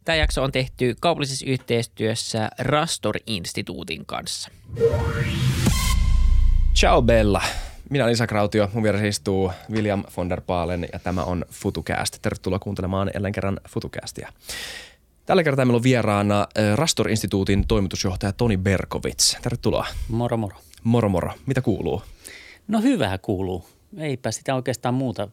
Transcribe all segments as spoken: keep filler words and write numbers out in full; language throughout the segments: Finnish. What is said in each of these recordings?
Tämä jakso on tehty kaupallisessa yhteistyössä Rastor-instituutin kanssa. Ciao Bella. Minä olen Isa Krautio, mun vieressä istuu William von der Baalen ja tämä on FutuCast. Tervetuloa kuuntelemaan jälleen kerran FutuCastia. Tällä kertaa meillä on vieraana Rastor-instituutin toimitusjohtaja Toni Berkovits. Tervetuloa. Moro moro. Moro moro. Mitä kuuluu? No hyvää kuuluu. Eipä sitä oikeastaan muuta.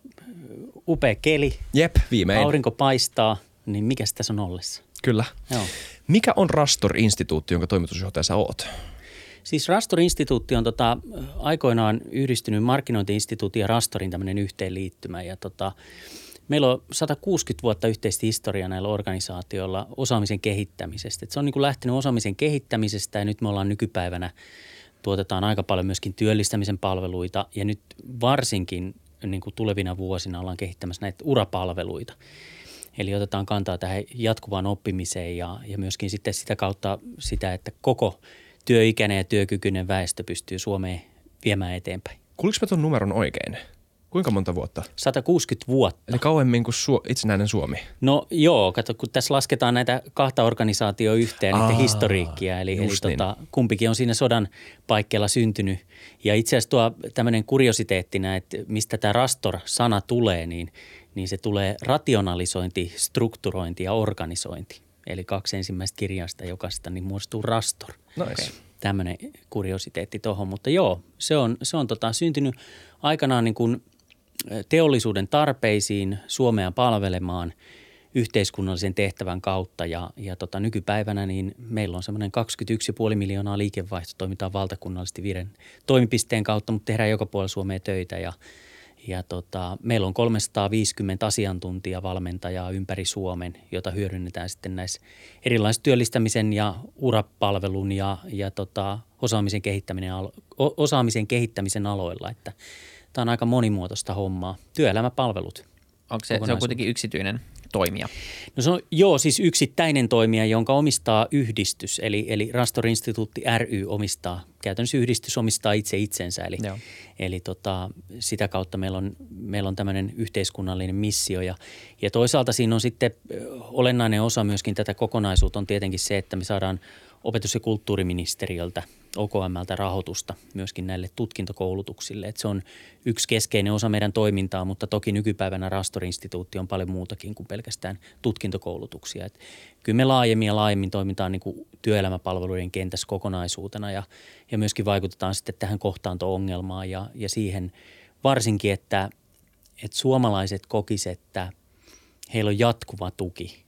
Upea keli. Jep, viimein. Aurinko paistaa, niin mikäs tässä on ollessa? Kyllä. Joo. Mikä on Rastor-instituutti, jonka toimitusjohtaja sä oot? Siis Rastor-instituutti on tota, aikoinaan yhdistynyt markkinointi-instituutin ja Rastorin tämmöinen yhteenliittymä. Ja tota, meillä on sata kuusikymmentä vuotta yhteistä historiaa näillä organisaatioilla osaamisen kehittämisestä. Et se on niin kuin lähtenyt osaamisen kehittämisestä ja nyt me ollaan nykypäivänä, tuotetaan aika paljon myöskin työllistämisen palveluita ja nyt varsinkin niin kuin tulevina vuosina ollaan kehittämässä näitä urapalveluita. Eli otetaan kantaa tähän jatkuvaan oppimiseen ja, ja myöskin sitten sitä kautta sitä, että koko työikäinen ja työkykyinen väestö pystyy Suomeen viemään eteenpäin. Kuuliko mä ton numeron oikein? Kuinka monta vuotta? sata kuusikymmentä vuotta. Eli kauemmin kuin Su- itsenäinen Suomi. No joo, kato, kun tässä lasketaan näitä kahta organisaatioa yhteen, niiden historiikkia. Eli, eli niin. tota, kumpikin on siinä sodan paikkeilla syntynyt. Ja itse asiassa tuo tämmöinen kuriositeettina, että mistä tämä Rastor-sana tulee, niin, niin se tulee rationalisointi, strukturointi ja organisointi. Eli kaksi ensimmäistä kirjasta jokaista, niin muodostuu Rastor. Nice. Okay. Tämmöinen kuriositeetti tuohon, mutta joo, se on, se on tota, syntynyt aikanaan niin kuin teollisuuden tarpeisiin Suomea palvelemaan yhteiskunnallisen tehtävän kautta ja, ja tota, nykypäivänä niin meillä on semmoinen kaksikymmentäyksi pilkku viisi miljoonaa liikevaihto, toimitaan valtakunnallisesti viiden toimipisteen kautta, mutta tehdään joka puolella Suomea töitä ja, ja tota, meillä on kolmesataaviisikymmentä asiantuntijavalmentajaa ympäri Suomen, jota hyödynnetään sitten näissä erilaisissa työllistämisen ja urapalvelun ja, ja tota, osaamisen, kehittäminen, osaamisen kehittämisen aloilla, että tämä on aika monimuotoista hommaa. Työelämäpalvelut. Onko se, se on kuitenkin yksityinen toimija? No se on, joo, siis yksittäinen toimija, jonka omistaa yhdistys, eli, eli Rastor-instituutti ry omistaa, käytännössä yhdistys omistaa itse itsensä, eli, eli tota, sitä kautta meillä on, meillä on tämmöinen yhteiskunnallinen missio ja, ja toisaalta siinä on sitten olennainen osa myöskin tätä kokonaisuutta on tietenkin se, että me saadaan opetus- ja kulttuuriministeriöltä O K M:ltä rahoitusta myöskin näille tutkintokoulutuksille. Et se on yksi keskeinen osa meidän toimintaa, mutta toki nykypäivänä Rastor-instituutti on paljon muutakin kuin pelkästään tutkintokoulutuksia. Et kyllä me laajemmin ja laajemmin toimitaan niin kuin työelämäpalveluiden kentässä kokonaisuutena ja, ja myöskin vaikutetaan sitten tähän kohtaanto-ongelmaan ja, ja siihen varsinkin, että, että suomalaiset kokis, että heillä on jatkuva tuki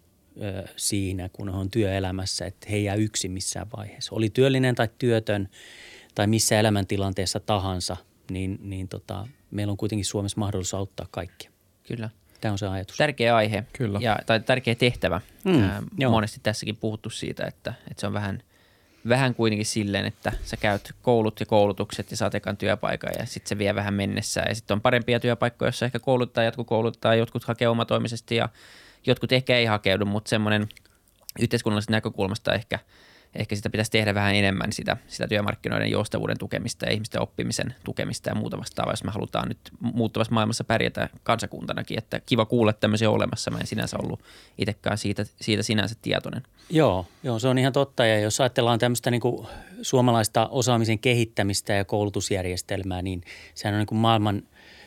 siinä, kun on työelämässä, että he ei jää yksin missään vaiheessa. Oli työllinen tai työtön tai missä elämäntilanteessa tahansa, niin, niin tota, meillä on kuitenkin Suomessa mahdollisuus auttaa kaikkia. Kyllä. Tämä on se ajatus. Tärkeä aihe. Kyllä. Ja, tai tärkeä tehtävä. Mm, Ää, monesti tässäkin puhuttu siitä, että, että se on vähän, vähän kuitenkin silleen, että sä käyt koulut ja koulutukset ja saat ekan työpaikan ja sitten se vie vähän mennessään. Ja sitten on parempia työpaikkoja, joissa ehkä kouluttaa, jatkokouluttaa, jotkut hakee omatoimisesti ja jotkut ehkä ei hakeudu, mutta semmoinen yhteiskunnallisesta näkökulmasta ehkä, ehkä sitä pitäisi tehdä vähän enemmän sitä, sitä työmarkkinoiden joustavuuden tukemista ja ihmisten oppimisen tukemista ja muuta vastaavaa, jos me halutaan nyt muuttuvassa maailmassa pärjätä kansakuntanakin, että kiva kuulla tämmöisiä olemassa. Mä en sinänsä ollut itsekään siitä, siitä sinänsä tietoinen. Joo, joo, se on ihan totta ja jos ajatellaan tämmöistä niin kuin suomalaista osaamisen kehittämistä ja koulutusjärjestelmää, niin sehän on niin kuin maailman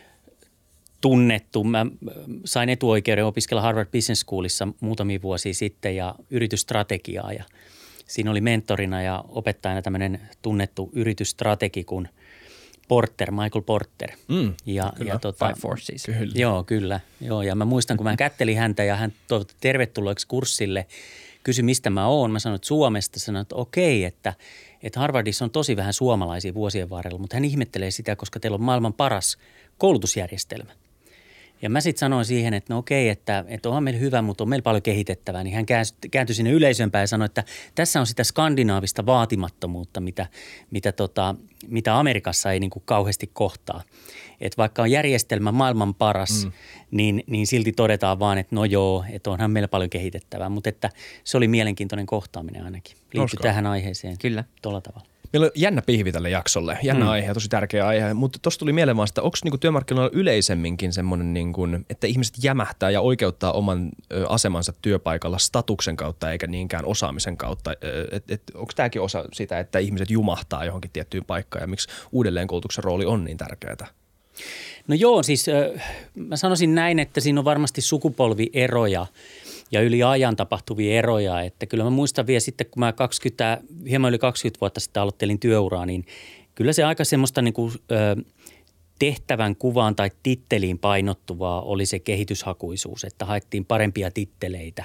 tunnettu. Mä sain etuoikeuden opiskella Harvard Business Schoolissa muutamia vuosia sitten ja yritysstrategiaa ja siinä oli mentorina ja opettajana tämmöinen tunnettu yritysstrategi kuin Porter, Michael Porter. Mm, ja, kyllä. ja tota, Five Forces. Kyllä. Joo, kyllä. Joo, ja mä muistan, kun mä kättelin häntä ja hän toivotti tervetulleeksi kurssille, kysyi mistä mä oon. Mä sanoin, että Suomesta. Sanoin, että okei, että, että Harvardissa on tosi vähän suomalaisia vuosien varrella, mutta hän ihmettelee sitä, koska teillä on maailman paras koulutusjärjestelmä. Ja mä sitten sanoin siihen, että no okei, että, että onhan meillä hyvä, mutta on meillä paljon kehitettävää. Niin hän kääntyi sinne yleisömpään ja sanoi, että tässä on sitä skandinaavista vaatimattomuutta, mitä, mitä, tota, mitä Amerikassa ei niin kuin kauheasti kohtaa. Että vaikka on järjestelmä maailman paras, mm. niin, niin silti todetaan vaan, että no joo, että onhan meillä paljon kehitettävää. Mutta että se oli mielenkiintoinen kohtaaminen ainakin. Liittyy tähän aiheeseen. Kyllä. Tuolla tavalla. Meillä on jännä pihvi tälle jaksolle, jännä mm. aihe ja tosi tärkeä aihe, mutta tuossa tuli mieleen vaan sitä, onko niinku työmarkkinoilla yleisemminkin semmoinen, niinku, että ihmiset jämähtää ja oikeuttaa oman ö, asemansa työpaikalla statuksen kautta eikä niinkään osaamisen kautta. Et, et, onko tämäkin osa sitä, että ihmiset jumahtaa johonkin tiettyyn paikkaan ja miksi uudelleenkoulutuksen rooli on niin tärkeää? No joo, siis mä sanoisin näin, että siinä on varmasti sukupolvieroja ja yli ajan tapahtuvia eroja. Että kyllä mä muistan vielä sitten, kun mä kaksikymmentä, hieman yli kaksikymmentä vuotta sitten aloittelin työuraa, niin kyllä se aika semmoista niin kuin, ö, tehtävän kuvaan tai titteliin painottuvaa oli se kehityshakuisuus, että haettiin parempia titteleitä.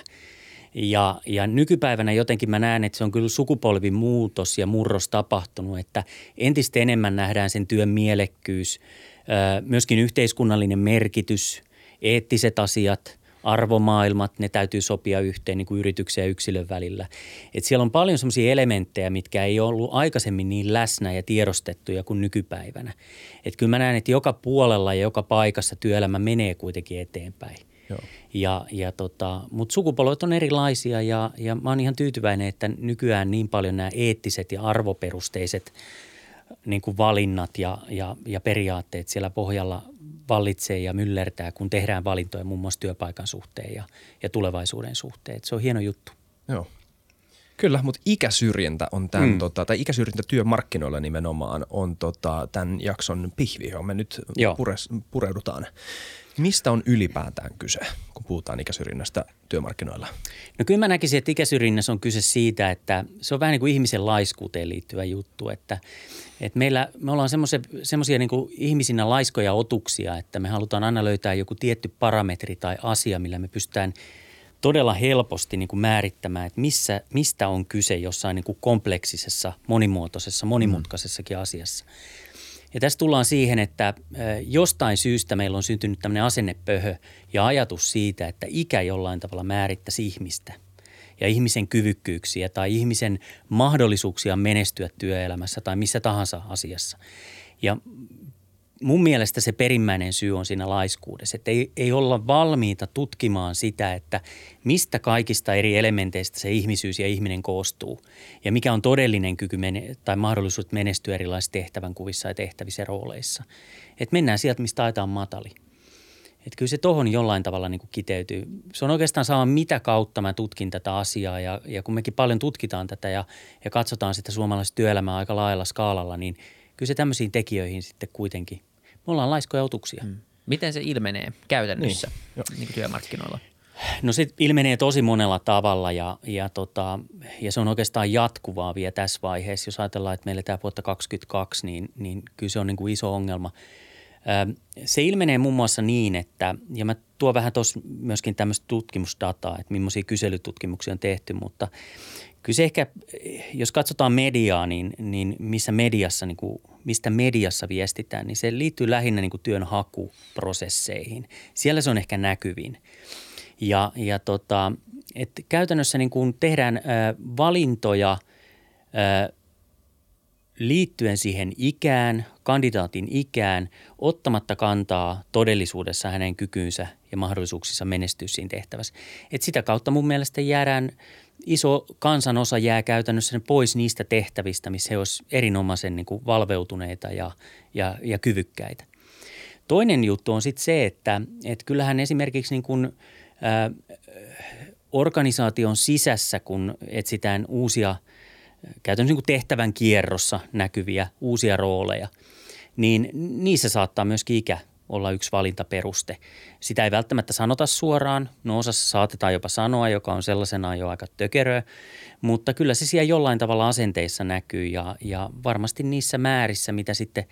Ja, ja nykypäivänä jotenkin mä näen, että se on kyllä sukupolvin muutos ja murros tapahtunut, että entistä enemmän nähdään sen työn mielekkyys, myöskin yhteiskunnallinen merkitys, eettiset asiat, arvomaailmat, ne täytyy sopia yhteen niin kuin yrityksen ja yksilön välillä. Et siellä on paljon sellaisia elementtejä, mitkä ei ole ollut aikaisemmin niin läsnä ja tiedostettuja kuin nykypäivänä. Et kyllä mä näen, että joka puolella ja joka paikassa työelämä menee kuitenkin eteenpäin. Joo. Ja, ja tota, mutta sukupolvet on erilaisia ja, ja mä oon ihan tyytyväinen, että nykyään niin paljon nämä eettiset ja arvoperusteiset niin kuin valinnat ja, ja, ja periaatteet siellä pohjalla vallitsee ja myllertää, kun tehdään valintoja muun muassa työpaikan suhteen ja, ja tulevaisuuden suhteen. Et se on hieno juttu. Joo. Kyllä, mutta ikäsyrjintä on tämän, mm. tota, tai ikäsyrjintä työmarkkinoilla nimenomaan on tota, tämän jakson pihvi, johon me nyt pures, pureudutaan. Mistä on ylipäätään kyse, kun puhutaan ikäsyrjinnästä työmarkkinoilla? No kyllä mä näkisin, että ikäsyrjinnässä on kyse siitä, että se on vähän niin kuin ihmisen laiskuuteen liittyvä juttu, että, että meillä, me ollaan semmoisia niin kuin ihmisinä laiskoja otuksia, että me halutaan aina löytää joku tietty parametri tai asia, millä me pystytään todella helposti niin kuin määrittämään, että missä, mistä on kyse jossain niin kuin kompleksisessa, monimuotoisessa, monimutkaisessakin asiassa. Ja tässä tullaan siihen, että jostain syystä meillä on syntynyt tämmöinen asennepöhö ja ajatus siitä, että ikä jollain tavalla määrittäisi ihmistä ja ihmisen kyvykkyyksiä tai ihmisen mahdollisuuksia menestyä työelämässä tai missä tahansa asiassa. Ja mun mielestä se perimmäinen syy on siinä laiskuudessa, että ei, ei olla valmiita tutkimaan sitä, että mistä kaikista eri elementeistä se ihmisyys ja ihminen koostuu ja mikä on todellinen kyky mene- tai mahdollisuus menestyä erilaisissa tehtävänkuvissa ja tehtävissä rooleissa. Että mennään sieltä, mistä aita on matali. Että kyllä se tohon jollain tavalla niin kuin kiteytyy. Se on oikeastaan sama, mitä kautta mä tutkin tätä asiaa ja, ja kun mekin paljon tutkitaan tätä ja, ja katsotaan sitä suomalaista työelämää aika laajalla skaalalla, niin kyllä se tämmöisiin tekijöihin sitten kuitenkin – me ollaan laiskoja otuksia. Hmm. Miten se ilmenee käytännössä niin. Niin kuin työmarkkinoilla? No se ilmenee tosi monella tavalla ja, ja, tota, ja se on oikeastaan jatkuvaa vielä tässä vaiheessa. Jos ajatellaan, että meillä tämä vuotta kaksikymmentäkaksi, niin, niin kyllä se on niin kuin iso ongelma. Se ilmenee muun muassa niin, että, ja mä tuon vähän tuossa myöskin tämmöistä tutkimusdataa, että millaisia kyselytutkimuksia on tehty, mutta kyllä se ehkä, jos katsotaan mediaa, niin, niin missä mediassa, niin kuin, mistä mediassa viestitään, niin se liittyy lähinnä niin kuin työnhakuprosesseihin. Siellä se on ehkä näkyvin. Ja, ja tota, että käytännössä niin kuin tehdään ä, valintoja ä, liittyen siihen ikään, kandidaatin ikään, ottamatta kantaa todellisuudessa hänen kykyynsä ja mahdollisuuksissa menestyä siinä tehtävässä. Et sitä kautta mun mielestä jäädään, iso kansanosa jää käytännössä pois niistä tehtävistä, missä he olisivat erinomaisen niin kuin valveutuneita ja, ja, ja kyvykkäitä. Toinen juttu on sitten se, että et kyllähän esimerkiksi niin kuin, ä, organisaation sisässä, kun etsitään uusia käytännössä niin kuin tehtävän kierrossa näkyviä uusia rooleja, niin niissä saattaa myöskin ikä olla yksi valintaperuste. Sitä ei välttämättä sanota suoraan, no osassa saatetaan jopa sanoa, joka on sellaisenaan jo aika tökeröä, mutta kyllä se siellä jollain tavalla asenteissa näkyy ja, ja varmasti niissä määrissä, mitä sitten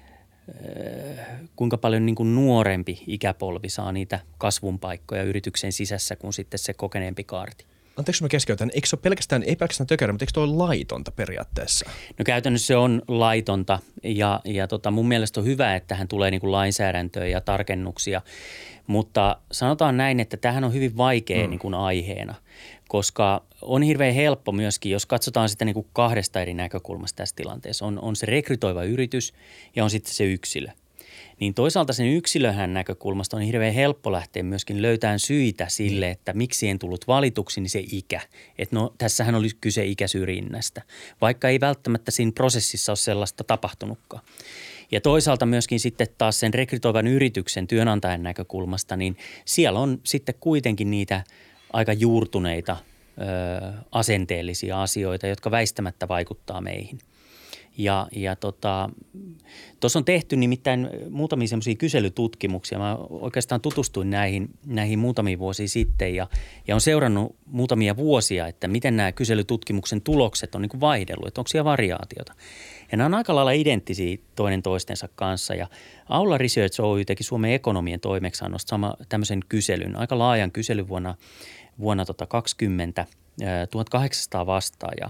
äh, kuinka paljon niin kuin nuorempi ikäpolvi saa niitä kasvun paikkoja yrityksen sisässä kuin sitten se kokeneempi kaarti. Anteeksi, mä keskeytän. Eikö se ole pelkästään, ei pelkästään tökerä, mutta eikö se ole laitonta periaatteessa? No käytännössä se on laitonta ja, ja tota, mun mielestä on hyvä, että tähän tulee niin kuin lainsäädäntöä ja tarkennuksia, mutta sanotaan näin, että tämähän on hyvin vaikea mm. niin kuin aiheena, koska on hirveän helppo myöskin, jos katsotaan sitä niin kuin kahdesta eri näkökulmasta tässä tilanteessa. On, on se rekrytoiva yritys ja on sitten se yksilö. Niin toisaalta sen yksilöhän näkökulmasta on hirveän helppo lähteä myöskin löytämään syitä sille, että miksi en tullut valituksi, niin se ikä. Että no tässähän oli kyse ikäsyrjinnästä, vaikka ei välttämättä siinä prosessissa ole sellaista tapahtunutkaan. Ja toisaalta myöskin sitten taas sen rekrytoivan yrityksen työnantajan näkökulmasta, niin siellä on sitten kuitenkin niitä aika juurtuneita ö, asenteellisia asioita, jotka väistämättä vaikuttaa meihin. Ja, ja tota, tuossa on tehty nimittäin muutamia semmoisia kyselytutkimuksia. Mä oikeastaan tutustuin näihin, näihin muutamia vuosia sitten ja, ja on seurannut muutamia vuosia, että miten nämä kyselytutkimuksen tulokset on niin kuin vaihdellut, että onko siellä variaatiota. Ja nämä on aika lailla identtisiä toinen toistensa kanssa ja Aula Research Oy teki Suomen ekonomien toimeksiannosta sama tämmöisen kyselyn, aika laajan kyselyn vuonna, vuonna tota kaksikymmentä, tuhatkahdeksansataa vastaajaa.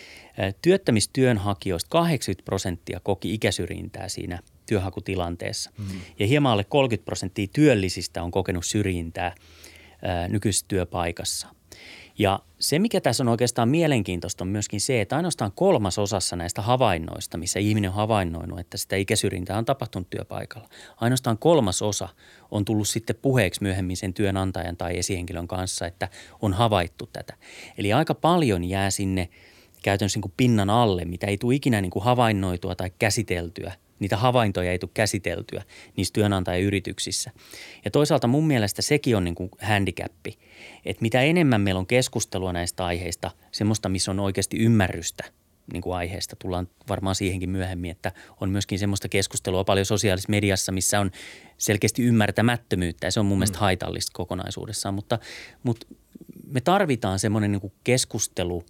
Työttämistyönhakijoista kahdeksankymmentä prosenttia koki ikäsyrjintää siinä työhakutilanteessa mm-hmm. ja hieman alle kolmekymmentä prosenttia työllisistä on kokenut syrjintää ää, nykyisessä työpaikassa. Ja se, mikä tässä on oikeastaan mielenkiintoista, on myöskin se, että ainoastaan kolmas osassa näistä havainnoista, missä ihminen on havainnoinut, että sitä ikäsyrjintää on tapahtunut työpaikalla, ainoastaan kolmas osa on tullut sitten puheeksi myöhemmin sen työnantajan tai esihenkilön kanssa, että on havaittu tätä. Eli aika paljon jää sinne käytännössä niin kuin pinnan alle, mitä ei tule ikinä niin kuin havainnoitua tai käsiteltyä. Niitä havaintoja ei tule käsiteltyä niissä työnantajayrityksissä. Ja toisaalta mun mielestä sekin on niin kuin handicappi, että mitä enemmän meillä on keskustelua näistä aiheista, semmoista, missä on oikeasti ymmärrystä niin kuin aiheesta, tullaan varmaan siihenkin myöhemmin, että on myöskin semmoista keskustelua paljon sosiaalisessa mediassa, missä on selkeästi ymmärtämättömyyttä ja se on mun mielestä haitallista kokonaisuudessaan, mutta, mutta me tarvitaan semmoinen niin kuin keskustelu,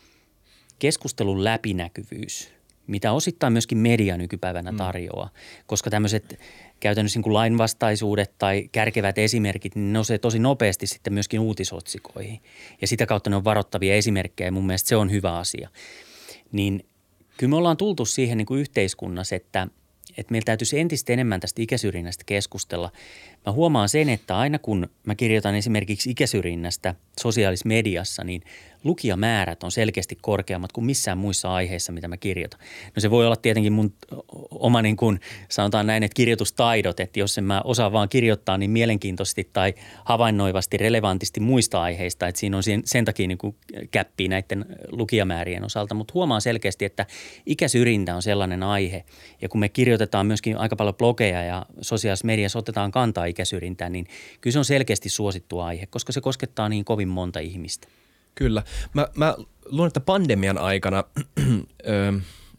keskustelun läpinäkyvyys, mitä osittain myöskin media nykypäivänä tarjoaa, koska tämmöiset käytännössä niin kuin lainvastaisuudet tai kärkevät esimerkit, niin ne nousee tosi nopeasti sitten myöskin uutisotsikoihin. Ja sitä kautta ne on varoittavia esimerkkejä ja mun mielestä se on hyvä asia. Niin kyllä me ollaan tultu siihen niin kuin yhteiskunnassa, että, että meillä täytyisi entistä enemmän tästä ikäsyrjinnästä keskustella. Mä huomaan sen, että aina kun mä kirjoitan esimerkiksi ikäsyrjinnästä sosiaalisessa mediassa, niin lukijamäärät on selkeästi korkeammat kuin missään muissa aiheissa, mitä mä kirjoitan. No se voi olla tietenkin mun oma niin kuin sanotaan näin, että kirjoitustaidot, että jos en mä osaa vaan kirjoittaa niin mielenkiintoisesti tai havainnoivasti, relevantisti muista aiheista, että siinä on sen, sen takia niin kuin käppii näiden lukijamäärien osalta. Mutta huomaan selkeästi, että ikäsyrjintä on sellainen aihe ja kun me kirjoitetaan myöskin aika paljon blogeja ja sosiaalisessa mediassa otetaan kantaa ikäsyrjintään, niin kyllä se on selkeästi suosittu aihe, koska se koskettaa niin kovin monta ihmistä. Kyllä. Mä, mä luulen, että pandemian aikana ö,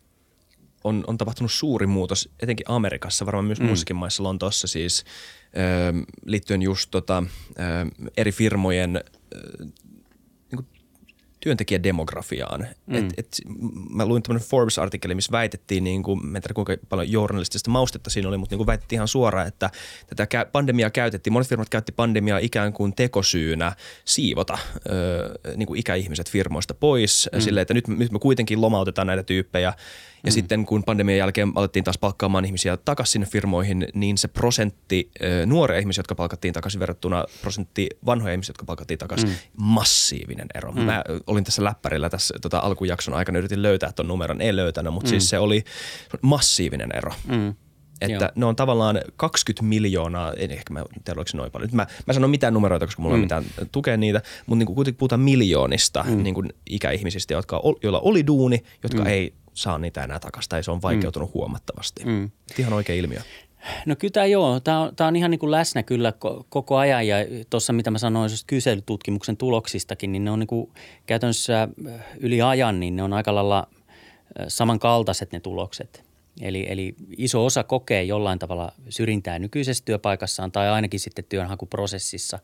on, on tapahtunut suuri muutos, etenkin Amerikassa, varmaan myös mm. muissakin maissa, Lontoossa siis, ö, liittyen just tota, ö, eri firmojen ö, niin työntekijädemografiaan. Mm. Et, et, mä luin tämmöinen Forbes-artikkeli, missä väitettiin, niin kuin, mä en tiedä kuinka paljon journalistista maustetta siinä oli, mutta niin kuin väitettiin ihan suoraan, että tätä pandemiaa käytettiin, monet firmat käytti pandemiaa ikään kuin tekosyynä siivota ö, niin kuin ikäihmiset firmoista pois, mm. silleen, että nyt, nyt me kuitenkin lomautetaan näitä tyyppejä. Ja mm. sitten kun pandemian jälkeen alettiin taas palkkaamaan ihmisiä takaisin sinne firmoihin, niin se prosentti ö, nuoria ihmisiä, jotka palkattiin takaisin verrattuna prosentti vanhoja ihmisiä, jotka palkattiin takaisin, mm. massiivinen ero. Mm. Mä olin tässä läppärillä tässä tota, alkujakson aikana, yritin löytää tuon numeron, ei löytänyt, mutta mm. siis se oli massiivinen ero. Mm. Että Joo. ne on tavallaan kaksikymmentä miljoonaa, en ehkä mä tiedä, oliko se noin paljon. Nyt mä, mä sanon mitään numeroita, koska mulla mm. on mitään tukea niitä, mutta niin kuin kuitenkin puhutaan miljoonista mm. niin kuin ikäihmisistä, jotka, joilla oli duuni, jotka mm. ei saa niitä enää takaisin tai se on vaikeutunut mm. huomattavasti. Mm. Ihan oikea ilmiö. No kyllä tämä joo, tämä on, tämä on ihan niin kuin läsnä kyllä koko ajan ja tuossa mitä mä sanoin kyselytutkimuksen tuloksistakin, niin ne on niin kuin käytännössä yli ajan, niin ne on aika lailla samankaltaiset ne tulokset. Eli, eli iso osa kokee jollain tavalla syrjintää nykyisessä työpaikassaan tai ainakin sitten työnhakuprosessissa.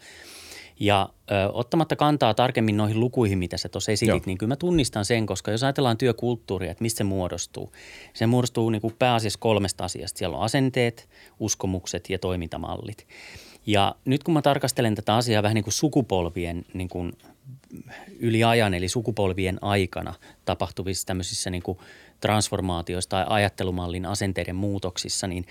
Ja ö, ottamatta kantaa tarkemmin noihin lukuihin, mitä sä tuossa esitit, Joo. niin kyllä mä tunnistan sen, koska jos ajatellaan työkulttuuria, että mistä se muodostuu. Se muodostuu niin kuin pääasiassa kolmesta asiasta. Siellä on asenteet, uskomukset ja toimintamallit. Ja nyt kun mä tarkastelen tätä asiaa vähän niin kuin sukupolvien niin kuin yli ajan, eli sukupolvien aikana tapahtuvissa tämmöisissä niin kuin transformaatioissa tai ajattelumallin asenteiden muutoksissa, niin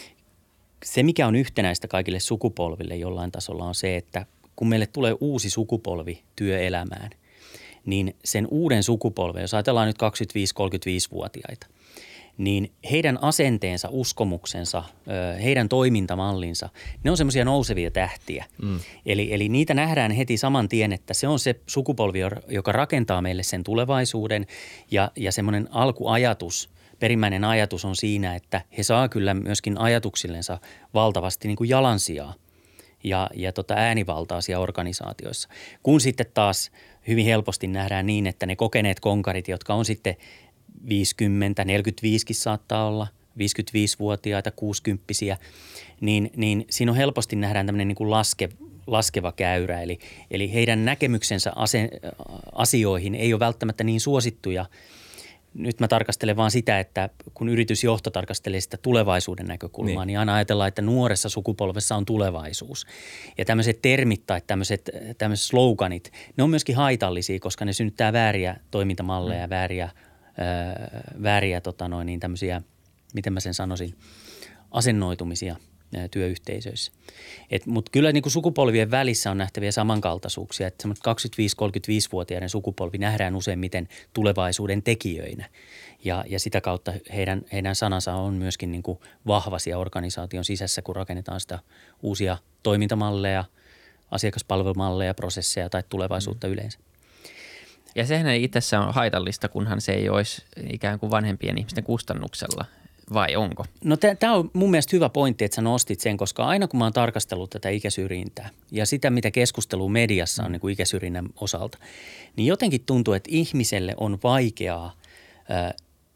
se mikä on yhtenäistä kaikille sukupolville jollain tasolla on se, että kun meille tulee uusi sukupolvi työelämään, niin sen uuden sukupolven, jos ajatellaan nyt kaksikymmentäviisi-kolmekymmentäviisivuotiaita, niin heidän asenteensa, uskomuksensa, heidän toimintamallinsa, ne on semmoisia nousevia tähtiä. Mm. Eli, eli niitä nähdään heti saman tien, että se on se sukupolvi, joka rakentaa meille sen tulevaisuuden ja, ja semmoinen alkuajatus, perimmäinen ajatus on siinä, että he saa kyllä myöskin ajatuksillensa valtavasti niin kuin jalansijaa ja, ja tota äänivaltaa siellä organisaatioissa. Kun sitten taas hyvin helposti nähdään niin, että ne kokeneet konkarit, jotka on sitten viisikymmentä, neljäkymmentäviisikin saattaa olla, viisikymmentäviisivuotiaita, kuusikymppisiä, niin, niin siinä on helposti nähdään tämmöinen niin kuin laske, laskeva käyrä. Eli, eli heidän näkemyksensä ase, asioihin ei ole välttämättä niin suosittuja. Nyt mä tarkastelen vaan sitä, että kun yritysjohto tarkastelee sitä tulevaisuuden näkökulmaa, niin, niin aina ajatellaan, että nuoressa sukupolvessa on tulevaisuus. Ja tämmöiset termit tai tämmöiset, tämmöiset sloganit, ne on myöskin haitallisia, koska ne synnyttää vääriä toimintamalleja, mm. vääriä Öö, vääriä tota noin, niin tämmöisiä, miten mä sen sanoisin, asennoitumisia ää, työyhteisöissä. Mutta kyllä niin kuin sukupolvien välissä on nähtäviä samankaltaisuuksia, että kaksikymmentäviisi-kolmekymmentäviisivuotiaiden sukupolvi nähdään useimmiten tulevaisuuden tekijöinä ja, ja sitä kautta heidän, heidän sanansa on myöskin niin kuin vahva siellä organisaation sisässä, kun rakennetaan sitä uusia toimintamalleja, asiakaspalvelumalleja, prosesseja tai tulevaisuutta mm. yleensä. Ja sehän ei itsessään ole haitallista, kunhan se ei olisi ikään kuin vanhempien ihmisten kustannuksella, vai onko? No tämä on mun mielestä hyvä pointti, että sä nostit sen, koska aina kun mä oon tarkastellut tätä ikäsyrjintää ja sitä, mitä keskustelua mediassa on niin kuin ikäsyrjinnän osalta, niin jotenkin tuntuu, että ihmiselle on vaikeaa äh,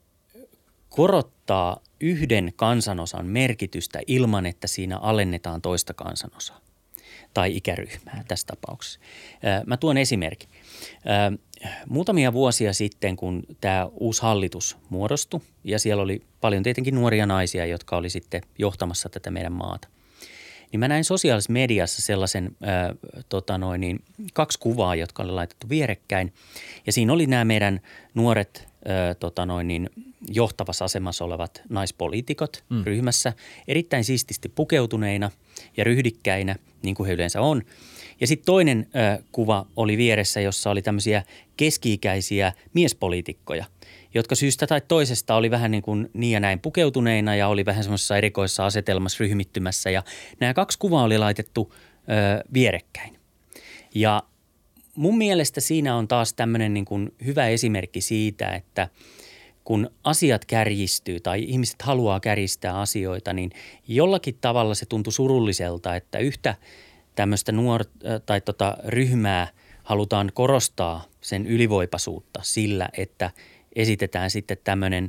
korottaa yhden kansanosan merkitystä ilman, että siinä alennetaan toista kansanosaa tai ikäryhmää tässä tapauksessa. Äh, mä tuon esimerkin. Äh, Muutamia vuosia sitten, kun tämä uusi hallitus muodostui ja siellä oli paljon tietenkin nuoria naisia, jotka oli sitten johtamassa tätä meidän maata, niin mä näin sosiaalisessa mediassa sellaisen ää, tota noin, niin, kaksi kuvaa, jotka oli laitettu vierekkäin ja siinä oli nämä meidän nuoret ää, tota noin, niin, johtavassa asemassa olevat naispoliitikot mm. ryhmässä erittäin siististi pukeutuneina ja ryhdikkäinä, niin kuin he yleensä on. Ja sitten toinen ö, kuva oli vieressä, jossa oli tämmöisiä keski-ikäisiä miespoliitikkoja, jotka syystä tai toisesta oli vähän niin kuin niin ja näin pukeutuneina ja oli vähän semmoisessa erikoisessa asetelmassa ryhmittymässä. Ja nämä kaksi kuvaa oli laitettu ö, vierekkäin. Ja mun mielestä siinä on taas tämmöinen niin kuin hyvä esimerkki siitä, että kun asiat kärjistyy tai ihmiset haluaa kärjistää asioita, niin jollakin tavalla se tuntui surulliselta, että yhtä tämmöistä nuor- tai tota ryhmää halutaan korostaa sen ylivoipaisuutta sillä, että esitetään sitten tämmöinen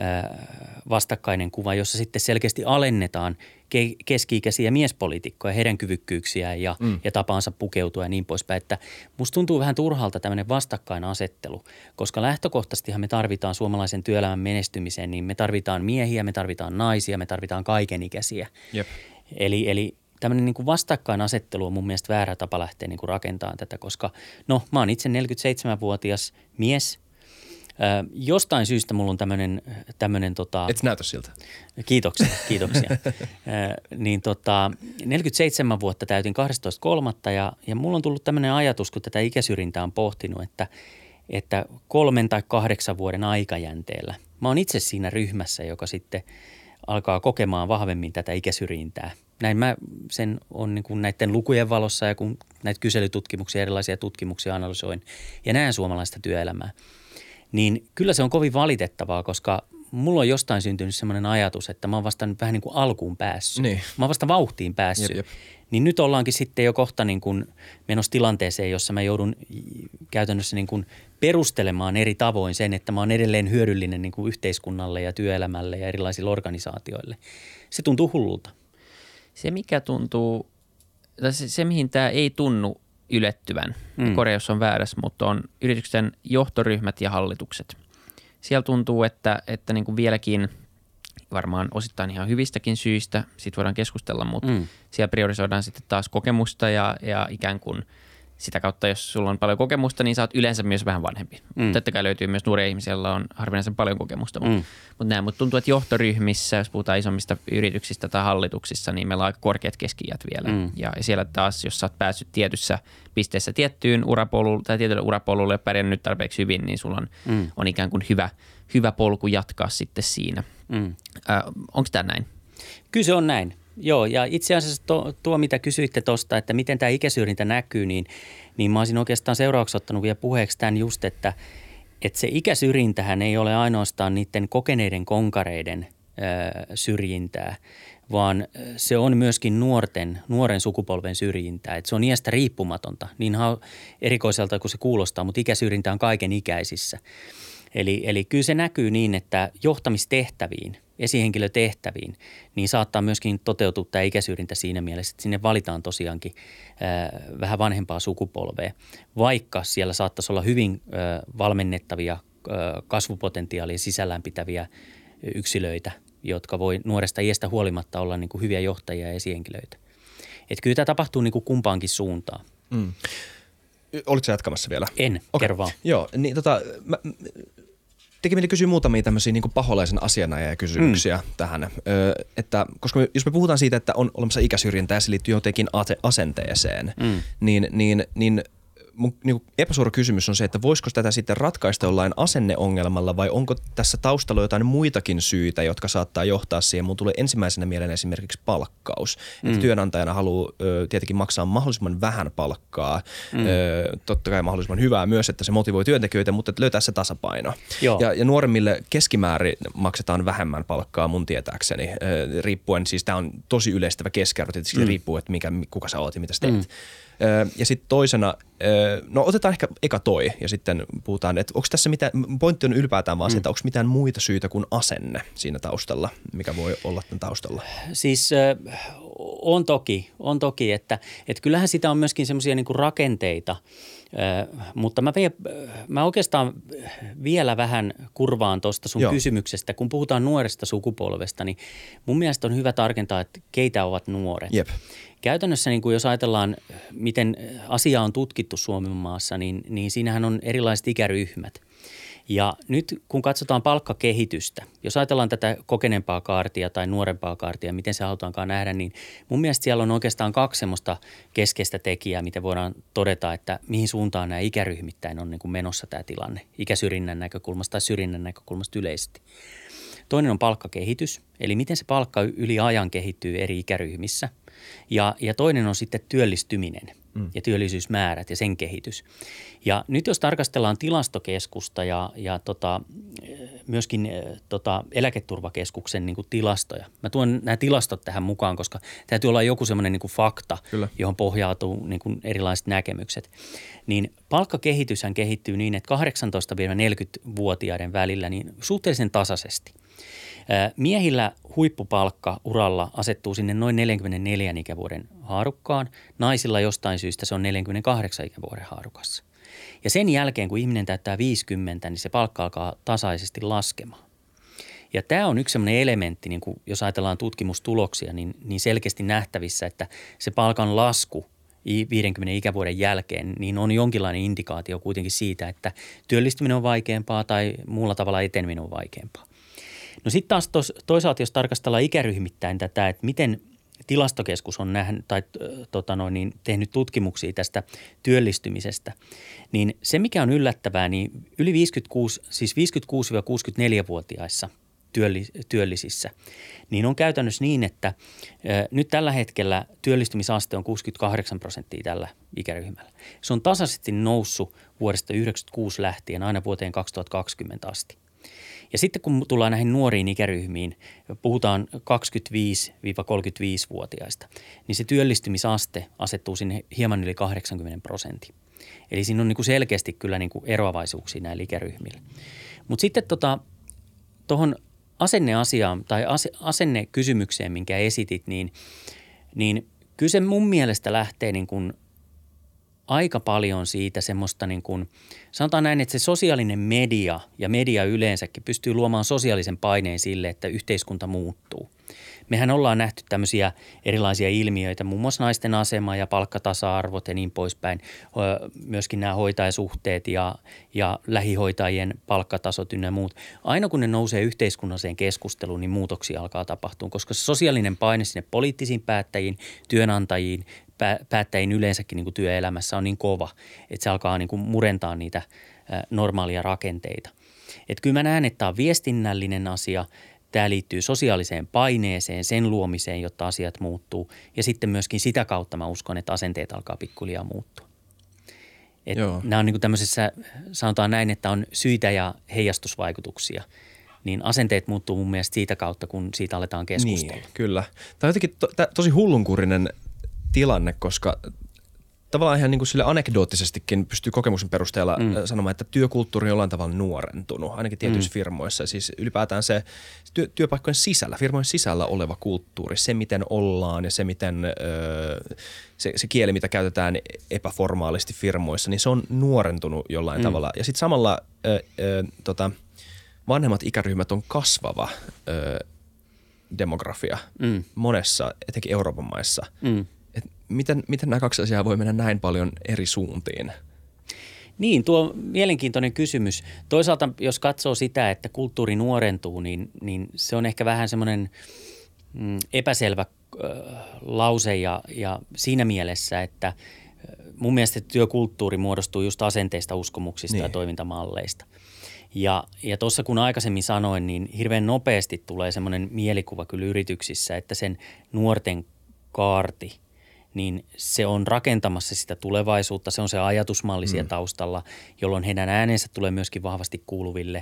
vastakkainen kuva, jossa sitten selkeästi alennetaan ke- keski-ikäisiä miespoliitikkoja, heidän kyvykkyyksiään ja, mm. ja tapaansa pukeutua ja niin poispäin. Että musta tuntuu vähän turhalta tämmöinen vastakkainasettelu, koska lähtökohtaisestihan me tarvitaan suomalaisen työelämän menestymiseen, niin me tarvitaan miehiä, me tarvitaan naisia, me tarvitaan kaikenikäisiä. Jep. Eli, eli tämmöinen niin kuin vastakkainasettelu on mun mielestä väärä tapa lähteä niin kuin rakentamaan tätä, koska no mä oon itse neljäkymmentäseitsemänvuotias mies. Ö, jostain syystä mulla on tämmöinen, tämmöinen tota… Et näytä siltä. Kiitoksia, kiitoksia. ö, niin tota, neljäkymmentäseitsemän vuotta täytin kahdestoista kolmatta ja, ja mulla on tullut tämmöinen ajatus, kun tätä ikäsyrjintää on pohtinut, että, että kolmen tai kahdeksan vuoden aikajänteellä mä oon itse siinä ryhmässä, joka sitten alkaa kokemaan vahvemmin tätä ikäsyrjintää. Näin mä sen on niin kuin näiden lukujen valossa ja kun näitä kyselytutkimuksia, erilaisia tutkimuksia analysoin ja näen suomalaista työelämää, niin kyllä se on kovin valitettavaa, koska mulla on jostain syntynyt semmoinen ajatus, että mä oon vasta vähän niin kuin alkuun päässyt. Niin. Mä oon vasta vauhtiin päässyt. Jep, jep. Niin nyt ollaankin sitten jo kohta niin kuin menossa tilanteeseen, jossa mä joudun käytännössä niin kuin perustelemaan eri tavoin sen, että mä oon edelleen hyödyllinen niin kuin yhteiskunnalle ja työelämälle ja erilaisille organisaatioille. Se tuntuu hullulta. Se, mikä tuntuu, tai se, se mihin tämä ei tunnu ylettyvän, mm. korjaus on väärässä, mutta on yrityksen johtoryhmät ja hallitukset. Siellä tuntuu, että, että niin kuin vieläkin varmaan osittain ihan hyvistäkin syistä, siitä voidaan keskustella, mutta mm. siellä priorisoidaan sitten taas kokemusta ja, ja ikään kuin sitä kautta, jos sulla on paljon kokemusta, niin sä oot yleensä myös vähän vanhempi. Mm. Totta kai löytyy myös nuoria ihmisiä, joilla on harvinaisen paljon kokemusta, mutta, mm. mutta näin. Mutta tuntuu, että johtoryhmissä, jos puhutaan isommista yrityksistä tai hallituksissa, niin meillä on aika korkeat keski-iät vielä. Mm. Ja siellä taas, jos sä oot päässyt tietyssä pisteessä tiettyyn urapolulle tai tietylle urapolulle ja pärjännyt tarpeeksi hyvin, niin sulla on, mm. on ikään kuin hyvä, hyvä polku jatkaa sitten siinä. Mm. Äh, onko tämä näin? Kyllä se on näin. Joo, ja itse asiassa tuo, tuo mitä kysyitte tuosta, että miten tämä ikäsyrjintä näkyy, niin, niin mä olisin oikeastaan seuraavaksi ottanut vielä puheeksi tämän just, että, että se ikäsyrjintähän ei ole ainoastaan niiden kokeneiden konkareiden ää, syrjintää, vaan se on myöskin nuorten, nuoren sukupolven syrjintää. Että se on iästä riippumatonta, niin erikoiselta kuin se kuulostaa, mutta ikäsyrjintä on kaiken ikäisissä. Eli, eli kyllä se näkyy niin, että johtamistehtäviin, esihenkilötehtäviin, niin saattaa myöskin toteutua tämä ikäsyrjintä siinä mielessä, että sinne valitaan tosiaankin ää, vähän vanhempaa sukupolvea, vaikka siellä saattaisi olla hyvin ää, valmennettavia, ää, kasvupotentiaalia sisällään pitäviä yksilöitä, jotka voi nuoresta iästä huolimatta olla niin kuin hyviä johtajia ja esihenkilöitä. Että kyllä tämä tapahtuu niin kuin kumpaankin suuntaan. Mm. Olitko sä jatkamassa vielä? En, okay. Kerro vaan. Joo, niin tota, mä, teki mieli kysyä muutamia tämmöisiä niin kuin paholaisen asianajajakysymyksiä mm. tähän. Ö, että, koska me, jos me puhutaan siitä, että on olemassa ikäsyrjintää ja se liittyy jotenkin asenteeseen, mm. niin, niin, niin mun niin epäsuora kysymys on se, että voisiko tätä sitten ratkaista jollain asenneongelmalla vai onko tässä taustalla jotain muitakin syitä, jotka saattaa johtaa siihen. Mun tulee ensimmäisenä mieleen esimerkiksi palkkaus. Mm. Että työnantajana haluaa ö, tietenkin maksaa mahdollisimman vähän palkkaa. Mm. Ö, totta kai mahdollisimman hyvää myös, että se motivoi työntekijöitä, mutta että löytää se tasapaino. Ja, ja nuoremmille keskimäärin maksetaan vähemmän palkkaa mun tietääkseni. Ö, riippuen, siis tämä on tosi yleistävä keskiarvo, tietysti mm. riippuu, että mikä, kuka sä oot ja mitä sä teet. Mm. Ja sitten toisena, no otetaan ehkä eka toi ja sitten puhutaan, että onko tässä mitään, pointti on ylipäätään vaan se, että onko mitään muita syitä kuin asenne siinä taustalla, mikä voi olla tämän taustalla? Siis on toki, on toki, että, että kyllähän sitä on myöskin semmoisia niinku rakenteita, mutta mä, vielä, mä oikeastaan vielä vähän kurvaan tuosta sun Joo. kysymyksestä. Kun puhutaan nuoresta sukupolvesta, niin mun mielestä on hyvä tarkentaa, että keitä ovat nuoret. Jep. Käytännössä niin kuin jos ajatellaan, miten asia on tutkittu Suomen maassa, niin, niin siinähän on erilaiset ikäryhmät. Ja nyt kun katsotaan palkkakehitystä, jos ajatellaan tätä kokeneempaa kaartia tai nuorempaa kaartia, miten se halutaankaan nähdä, niin mun mielestä siellä on oikeastaan kaksi semmoista keskeistä tekijää, miten voidaan todeta, että mihin suuntaan nämä ikäryhmittäin on niin kuin menossa tämä tilanne ikäsyrjinnän näkökulmasta tai syrjinnän näkökulmasta yleisesti. Toinen on palkkakehitys, eli miten se palkka yli ajan kehittyy eri ikäryhmissä. Ja, ja toinen on sitten työllistyminen mm. ja työllisyysmäärät ja sen kehitys. Ja nyt jos tarkastellaan tilastokeskusta ja, ja tota, myöskin tota, eläketurvakeskuksen niin kuin tilastoja. Mä tuon nämä tilastot tähän mukaan, koska täytyy olla joku semmoinen niin kuin fakta, Kyllä. johon pohjautuu niin kuin erilaiset näkemykset. Niin palkkakehityshän kehittyy niin, että kahdeksantoista–neljäkymmentä-vuotiaiden välillä niin suhteellisen tasaisesti. Miehillä huippupalkka uralla asettuu sinne noin neljänkymmenenneljän ikävuoden haarukkaan. Naisilla jostain syystä se on neljänkymmenenkahdeksan ikävuoden haarukassa. Ja sen jälkeen, kun ihminen täyttää viisikymmentä, niin se palkka alkaa tasaisesti laskemaan. Ja tämä on yksi sellainen elementti, niin kuin jos ajatellaan tutkimustuloksia, niin, niin selkeästi nähtävissä, että se palkan lasku viidenkymmenen ikävuoden jälkeen, niin on jonkinlainen indikaatio kuitenkin siitä, että työllistyminen on vaikeampaa tai muulla tavalla eteneminen on vaikeampaa. No sitten taas tos, toisaalta, jos tarkastellaan ikäryhmittäin tätä, että miten tilastokeskus on nähnyt tai tota noin, niin tehnyt tutkimuksia tästä työllistymisestä, niin se mikä on yllättävää, niin yli viisikymmentäkuusi, siis viisikymmentäkuusi–kuusikymmentäneljä-vuotiaissa työllisissä, niin on käytännössä niin, että nyt tällä hetkellä työllistymisaste on kuusikymmentäkahdeksan prosenttia tällä ikäryhmällä. Se on tasaisesti noussut vuodesta yhdeksänkymmentäkuusi lähtien aina vuoteen kaksituhattakaksikymmentä asti. Ja sitten kun tullaan näihin nuoriin ikäryhmiin, puhutaan kaksikymmentäviisi–kolmekymmentäviisi-vuotiaista, niin se työllistymisaste asettuu sinne hieman yli kahdeksankymmentä prosenttia. Eli siinä on niin kuin selkeästi kyllä niin kuin eroavaisuuksia näillä ikäryhmillä. Mutta sitten tuohon tota, asenneasiaan tai ase, asennekysymykseen, minkä esitit, niin, niin kyllä se mun mielestä lähtee niin kuin aika paljon siitä semmoista niin kuin, sanotaan näin, että se sosiaalinen media ja media yleensäkin pystyy luomaan sosiaalisen paineen sille, että yhteiskunta muuttuu. mehän ollaan nähty tämmöisiä erilaisia ilmiöitä, muun muassa naisten asema ja palkkatasa-arvot ja niin poispäin. Myöskin nämä hoitajasuhteet ja, ja lähihoitajien palkkatasot ynnä muut. Aina kun ne nousee yhteiskunnalliseen keskusteluun, niin muutoksia alkaa tapahtua, koska se sosiaalinen paine sinne poliittisiin päättäjiin, työnantajiin, päättäjiin yleensäkin niin kuin työelämässä on niin kova, että se alkaa niin kuin murentaa niitä normaalia rakenteita. Että kyllä mä näen, että tämä on viestinnällinen asia, tämä liittyy sosiaaliseen paineeseen, sen luomiseen, jotta asiat muuttuu ja sitten myöskin sitä kautta mä uskon, että asenteet alkaa pikkuhiljaa muuttua. Et nämä on niin kuin tämmöisessä, sanotaan näin, että on syitä ja heijastusvaikutuksia. Niin asenteet muuttuu mun mielestä siitä kautta, kun siitä aletaan keskustella. Niin, kyllä. Tämä on jotenkin to, tosi hullunkurinen tilanne, koska tavallaan ihan niin kuin sille anekdoottisestikin pystyy kokemuksen perusteella mm. sanomaan, että työkulttuuri on jollain tavalla nuorentunut, ainakin tietyissä mm. firmoissa. Siis ylipäätään se työ, työpaikkojen sisällä, firmojen sisällä oleva kulttuuri, se miten ollaan ja se miten öö, se, se kieli, mitä käytetään epäformaalisti firmoissa, niin se on nuorentunut jollain mm. tavalla. Ja sitten samalla öö, öö, tota, vanhemmat ikäryhmät on kasvava öö, demografia mm. monessa, etenkin Euroopan maissa. Mm. Et miten, miten nämä kaksi asiaa voi mennä näin paljon eri suuntiin? Niin, tuo on mielenkiintoinen kysymys. Toisaalta jos katsoo sitä, että kulttuuri nuorentuu, niin, niin se on ehkä vähän semmoinen mm, epäselvä äh, lause ja, ja siinä mielessä, että äh, mun mielestä työkulttuuri muodostuu just asenteista, uskomuksista niin. ja toimintamalleista. Ja, ja tuossa kun aikaisemmin sanoin, niin hirveän nopeasti tulee semmoinen mielikuva kyllä yrityksissä, että sen nuorten kaarti, niin se on rakentamassa sitä tulevaisuutta. Se on se ajatusmalli siellä mm. taustalla, jolloin heidän äänensä tulee myöskin vahvasti kuuluville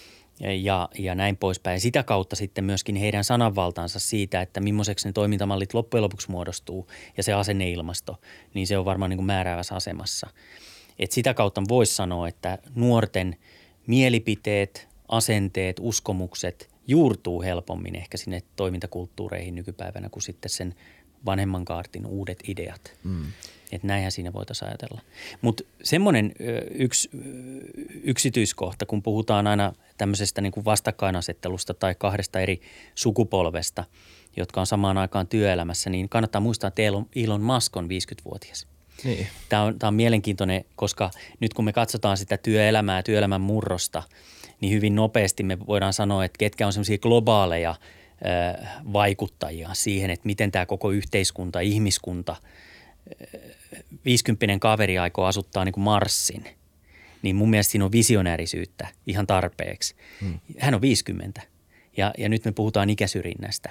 ja, ja näin poispäin. Sitä kautta sitten myöskin heidän sananvaltaansa siitä, että millaiseksi ne toimintamallit loppujen lopuksi muodostuu ja se asenneilmasto, niin se on varmaan niin kuin määräävässä asemassa. Et sitä kautta voisi sanoa, että nuorten mielipiteet, asenteet, uskomukset juurtuu helpommin ehkä sinne toimintakulttuureihin nykypäivänä kuin sitten sen vanhemman kaartin uudet ideat. Mm. Että näinhän siinä voitaisiin ajatella. Mutta semmoinen yksi yksityiskohta, kun puhutaan aina tämmöisestä niin kuin vastakkainasettelusta tai kahdesta eri sukupolvesta, jotka on samaan aikaan työelämässä, niin kannattaa muistaa, että Elon Musk on viisikymmentävuotias. Niin. Tämä on, tämä on mielenkiintoinen, koska nyt kun me katsotaan sitä työelämää ja työelämän murrosta, niin hyvin nopeasti me voidaan sanoa, että ketkä on semmoisia globaaleja ö, vaikuttajia siihen, että miten tämä koko yhteiskunta, ihmiskunta, viisikymppinen kaveri aikoo asuttaa niin kuin Marsin. Niin mun mielestä siinä on visionäärisyyttä ihan tarpeeksi. Hmm. Hän on viisikymmentä ja, ja nyt me puhutaan ikäsyrjinnästä.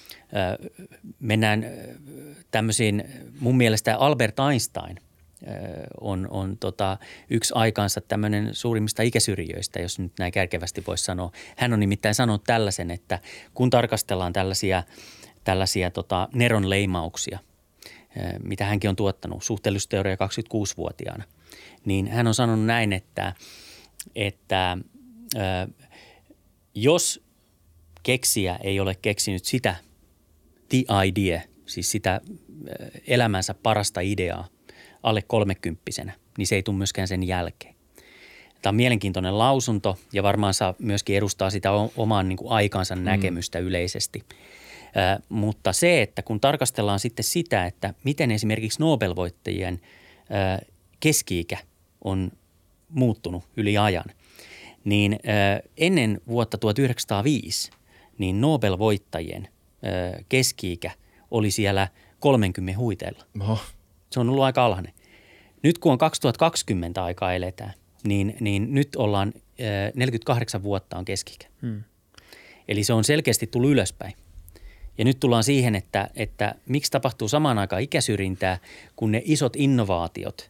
Mennään tämmöisiin, mun mielestä Albert Einstein on, on tota, yksi aikansa tämmöinen suurimmista ikäsyrjijöistä, jos nyt näin kärkevästi voisi sanoa. Hän on nimittäin sanonut tällaisen, että kun tarkastellaan tällaisia, tällaisia tota, Neron leimauksia, mitä hänkin on tuottanut suhteellisuusteoria kaksikymmentäkuusivuotiaana, niin hän on sanonut näin, että, että ö, jos keksijä ei ole keksinyt sitä the idea, siis sitä elämänsä parasta ideaa alle kolmekymppisenä, niin se ei tule myöskään sen jälkeen. Tämä on mielenkiintoinen lausunto ja varmaan saa myöskin edustaa sitä oman niin kuin aikansa mm. näkemystä yleisesti. Äh, mutta se, että kun tarkastellaan sitten sitä, että miten esimerkiksi Nobel-voittajien äh, keski-ikä on muuttunut yli ajan, niin äh, ennen vuotta tuhatyhdeksänsataaviisi niin Nobel-voittajien keski-ikä oli siellä kolmekymmentä huiteilla. Oho. Se on ollut aika alhainen. Nyt kun on kaksituhattakaksikymmentä aikaa eletään, niin, niin nyt ollaan neljäkymmentäkahdeksan vuotta on keski-ikä. Hmm. Eli se on selkeästi tullut ylöspäin. Ja nyt tullaan siihen, että, että miksi tapahtuu samaan aikaan ikäsyrjintää, kun ne isot innovaatiot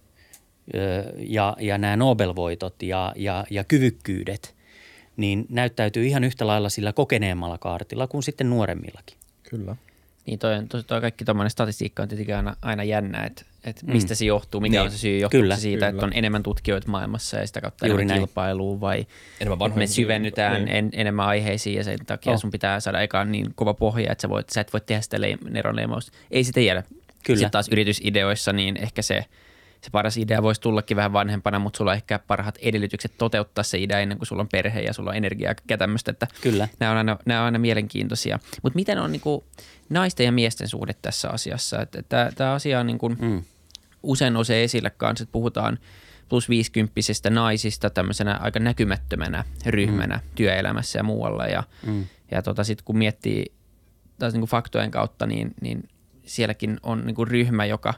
ja, ja nämä Nobel-voitot ja, ja, ja kyvykkyydet, niin näyttäytyy ihan yhtä lailla sillä kokeneemmalla kaartilla kuin sitten nuoremmillakin. Kyllä. Niin toi, toi, toi kaikki tuommoinen statistiikka on tietenkin aina, aina jännä, että, että mistä mm. se johtuu, mikä niin. on se syy, johtuu kyllä, se siitä, kyllä. että on enemmän tutkijoita maailmassa ja sitä kautta Juuri enemmän kilpailua vai enemmän me syvennytään niin. en, enemmän aiheisiin ja sen takia oh. sun pitää saada aikaan niin kova pohja, että sä, voit, sä et voi tehdä sitä leim, neronleimausta. Ei sitä tiedä. Kyllä. Sitten taas yritysideoissa niin ehkä se, se paras idea voisi tullakin vähän vanhempana, mutta sulla on ehkä parhaat edellytykset toteuttaa se idea ennen kuin sulla on perhe ja sulla on energiaa ja tämmöistä, että Kyllä. Nämä on aina, nämä on aina mielenkiintoisia. Mutta miten on niin kuin naisten ja miesten suhde tässä asiassa? Että tämä asia on niin kuin mm. usein nousee esille kanssa, että puhutaan plus viisikymppisistä naisista tämmöisenä aika näkymättömänä ryhmänä mm. työelämässä ja muualla. Ja, mm. ja tota, sitten kun miettii taas niin kuin faktojen kautta, niin, niin sielläkin on niin kuin ryhmä, joka,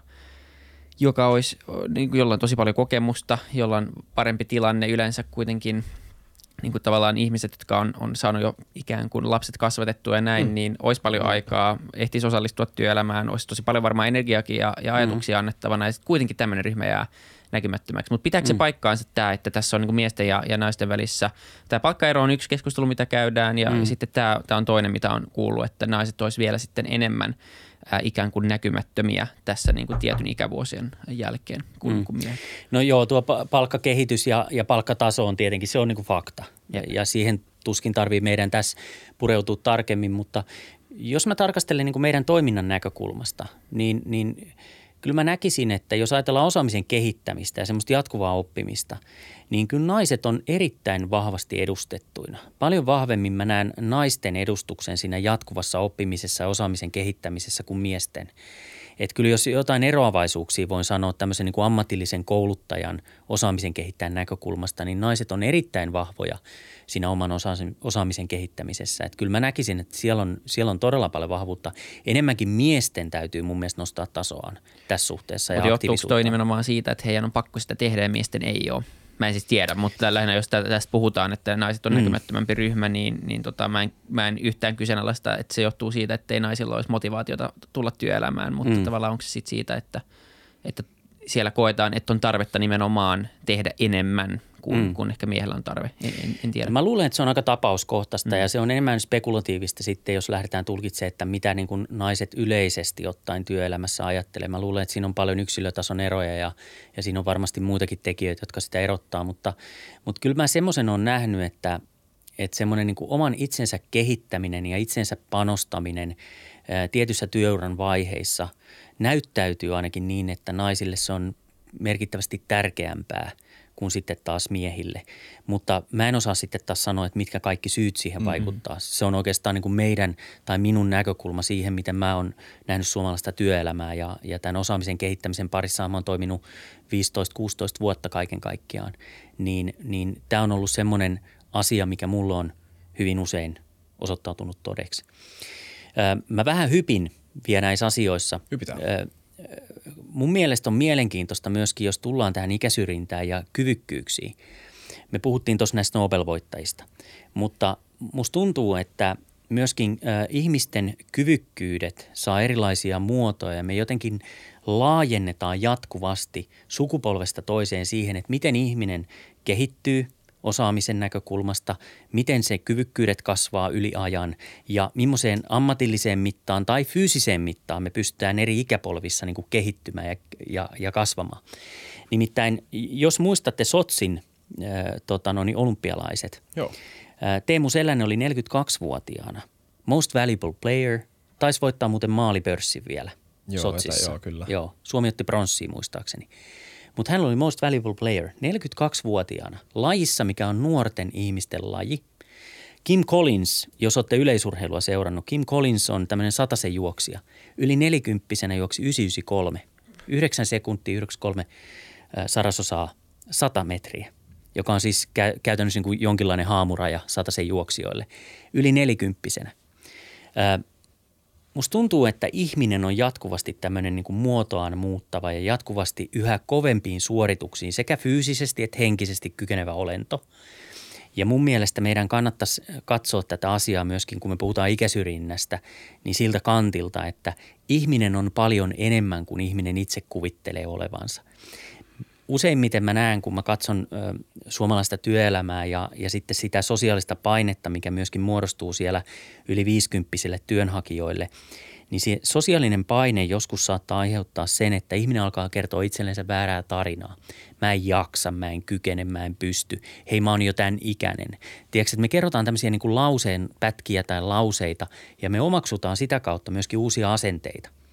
joka olisi, niin kuin, jolla on tosi paljon kokemusta, jolla on parempi tilanne yleensä kuitenkin niin kuin tavallaan ihmiset, jotka on, on saanut jo ikään kuin lapset kasvatettua ja näin, mm. niin olisi paljon mm. aikaa, ehtisi osallistua työelämään, olisi tosi paljon varmaan energiaakin ja, ja ajatuksia mm. annettavana ja sitten kuitenkin tämmöinen ryhmä jää näkymättömäksi. Mutta pitääkö se mm. paikkaansa tämä, että tässä on niin kuin miesten ja, ja naisten välissä, tämä palkkaero on yksi keskustelu, mitä käydään ja, mm. ja sitten tämä, tämä on toinen, mitä on kuullut, että naiset olisi vielä sitten enemmän ää, ikään kuin näkymättömiä tässä niin kuin tietyn ikävuosien jälkeen kuin, mm. kuin miehet. No joo, tuo palkkakehitys ja, ja palkkataso on tietenkin, se on niin kuin fakta ja, ja siihen tuskin tarvii meidän tässä pureutua tarkemmin, mutta jos mä tarkastelen niin kuin meidän toiminnan näkökulmasta, niin, niin kyllä mä näkisin, että jos ajatellaan osaamisen kehittämistä ja semmoista jatkuvaa oppimista, niin kyllä naiset on erittäin vahvasti edustettuina. Paljon vahvemmin mä näen naisten edustuksen siinä jatkuvassa oppimisessa ja osaamisen kehittämisessä kuin miesten. Että kyllä jos jotain eroavaisuuksia voin sanoa tämmöisen niin kuin ammatillisen kouluttajan osaamisen kehittäjän näkökulmasta, niin naiset on erittäin vahvoja siinä oman osaamisen kehittämisessä. Että kyllä mä näkisin, että siellä on, siellä on todella paljon vahvuutta. Enemmänkin miesten täytyy mun mielestä nostaa tasoaan tässä suhteessa ja aktiivisuutta. Johtuuko toi nimenomaan siitä, että heidän on pakko sitä tehdä ja miesten ei ole? Mä en siis tiedä, mutta lähinnä jos tästä puhutaan, että naiset on mm. näkymättömämpi ryhmä, niin, niin tota, mä, en, mä en yhtään kyseenalaista, että se johtuu siitä, että ei naisilla olisi motivaatiota tulla työelämään, mutta mm. tavallaan onko se sitten siitä, että, että siellä koetaan, että on tarvetta nimenomaan tehdä enemmän kuin, mm. kuin ehkä miehellä on tarve, en, en, en tiedä. Mä luulen, että se on aika tapauskohtaista mm. ja se on enemmän spekulatiivista sitten, jos lähdetään tulkitsemaan, että mitä niin kuin naiset yleisesti ottaen työelämässä ajattelee. Mä luulen, että siinä on paljon yksilötason eroja ja, ja siinä on varmasti muitakin tekijöitä, jotka sitä erottaa, mutta, mutta kyllä mä semmoisen on nähnyt, että, että semmoinen niin kuin oman itsensä kehittäminen ja itsensä panostaminen ää, tietyissä työuran vaiheissa näyttäytyy ainakin niin, että naisille se on merkittävästi tärkeämpää kuin sitten taas miehille. Mutta mä en osaa sitten taas sanoa, että mitkä kaikki syyt siihen mm-hmm. vaikuttaa. Se on oikeastaan niin kuin meidän tai minun näkökulma siihen, miten mä oon nähnyt suomalaista työelämää ja, ja tämän osaamisen kehittämisen parissa mä oon toiminut viisitoista kuusitoista vuotta kaiken kaikkiaan. Niin, niin tämä on ollut semmoinen asia, mikä mulla on hyvin usein osoittautunut todeksi. Mä vähän hypin vielä näissä asioissa. Hypitään. Mun mielestä on mielenkiintoista myöskin, jos tullaan tähän ikäsyrjintään ja kyvykkyyksiin. Me puhuttiin tuossa näistä Nobel-voittajista, mutta musta tuntuu, että myöskin äh, ihmisten kyvykkyydet saa erilaisia muotoja. Me jotenkin laajennetaan jatkuvasti sukupolvesta toiseen siihen, että miten ihminen kehittyy osaamisen näkökulmasta, miten se kyvykkyydet kasvaa yli ajan ja millaiseen ammatilliseen mittaan tai fyysiseen mittaan me pystytään eri ikäpolvissa niin kuin kehittymään ja, ja, ja kasvamaan. Nimittäin, jos muistatte Sotsin äh, tota, no niin, olympialaiset, Joo. Äh, Teemu Selänne oli neljäkymmentäkaksivuotiaana. Most valuable player, taisi voittaa muuten maalipörssin vielä joo, Sotsissa. Että, joo, kyllä. Joo, Suomi otti pronssia muistaakseni. Mutta hän oli most valuable player neljäkymmentäkaksivuotiaana lajissa, mikä on nuorten ihmisten laji. Kim Collins, jos olette yleisurheilua seurannut, Kim Collins on tämmöinen satasen juoksija. Yli nelikymppisenä juoksi yhdeksänsataayhdeksänkymmentäkolme. yhdeksän sekuntia yhdeksänkymmentäkolme sarasosaa sata metriä, joka on siis kä- käytännössä niin kuin jonkinlainen haamuraja satasen juoksijoille. Yli nelikymppisenä. Musta tuntuu, että ihminen on jatkuvasti tämmöinen niin kuin muotoaan muuttava ja jatkuvasti yhä kovempiin suorituksiin sekä fyysisesti että henkisesti kykenevä olento. Ja mun mielestä meidän kannattaisi katsoa tätä asiaa myöskin, kun me puhutaan ikäsyrjinnästä, niin siltä kantilta, että ihminen on paljon enemmän kuin ihminen itse kuvittelee olevansa. Useimmiten mä näen, kun mä katson ö, suomalaista työelämää ja, ja sitten sitä sosiaalista painetta, mikä myöskin muodostuu siellä yli viisikymppisille työnhakijoille, niin se sosiaalinen paine joskus saattaa aiheuttaa sen, että ihminen alkaa kertoa itsellensä väärää tarinaa. Mä en jaksa, mä en kykene, mä en pysty. Hei, mä oon jo tämän ikäinen. Tiedätkö, että me kerrotaan tämmöisiä niin kuin lauseen pätkiä tai lauseita ja me omaksutaan sitä kautta myöskin uusia asenteita.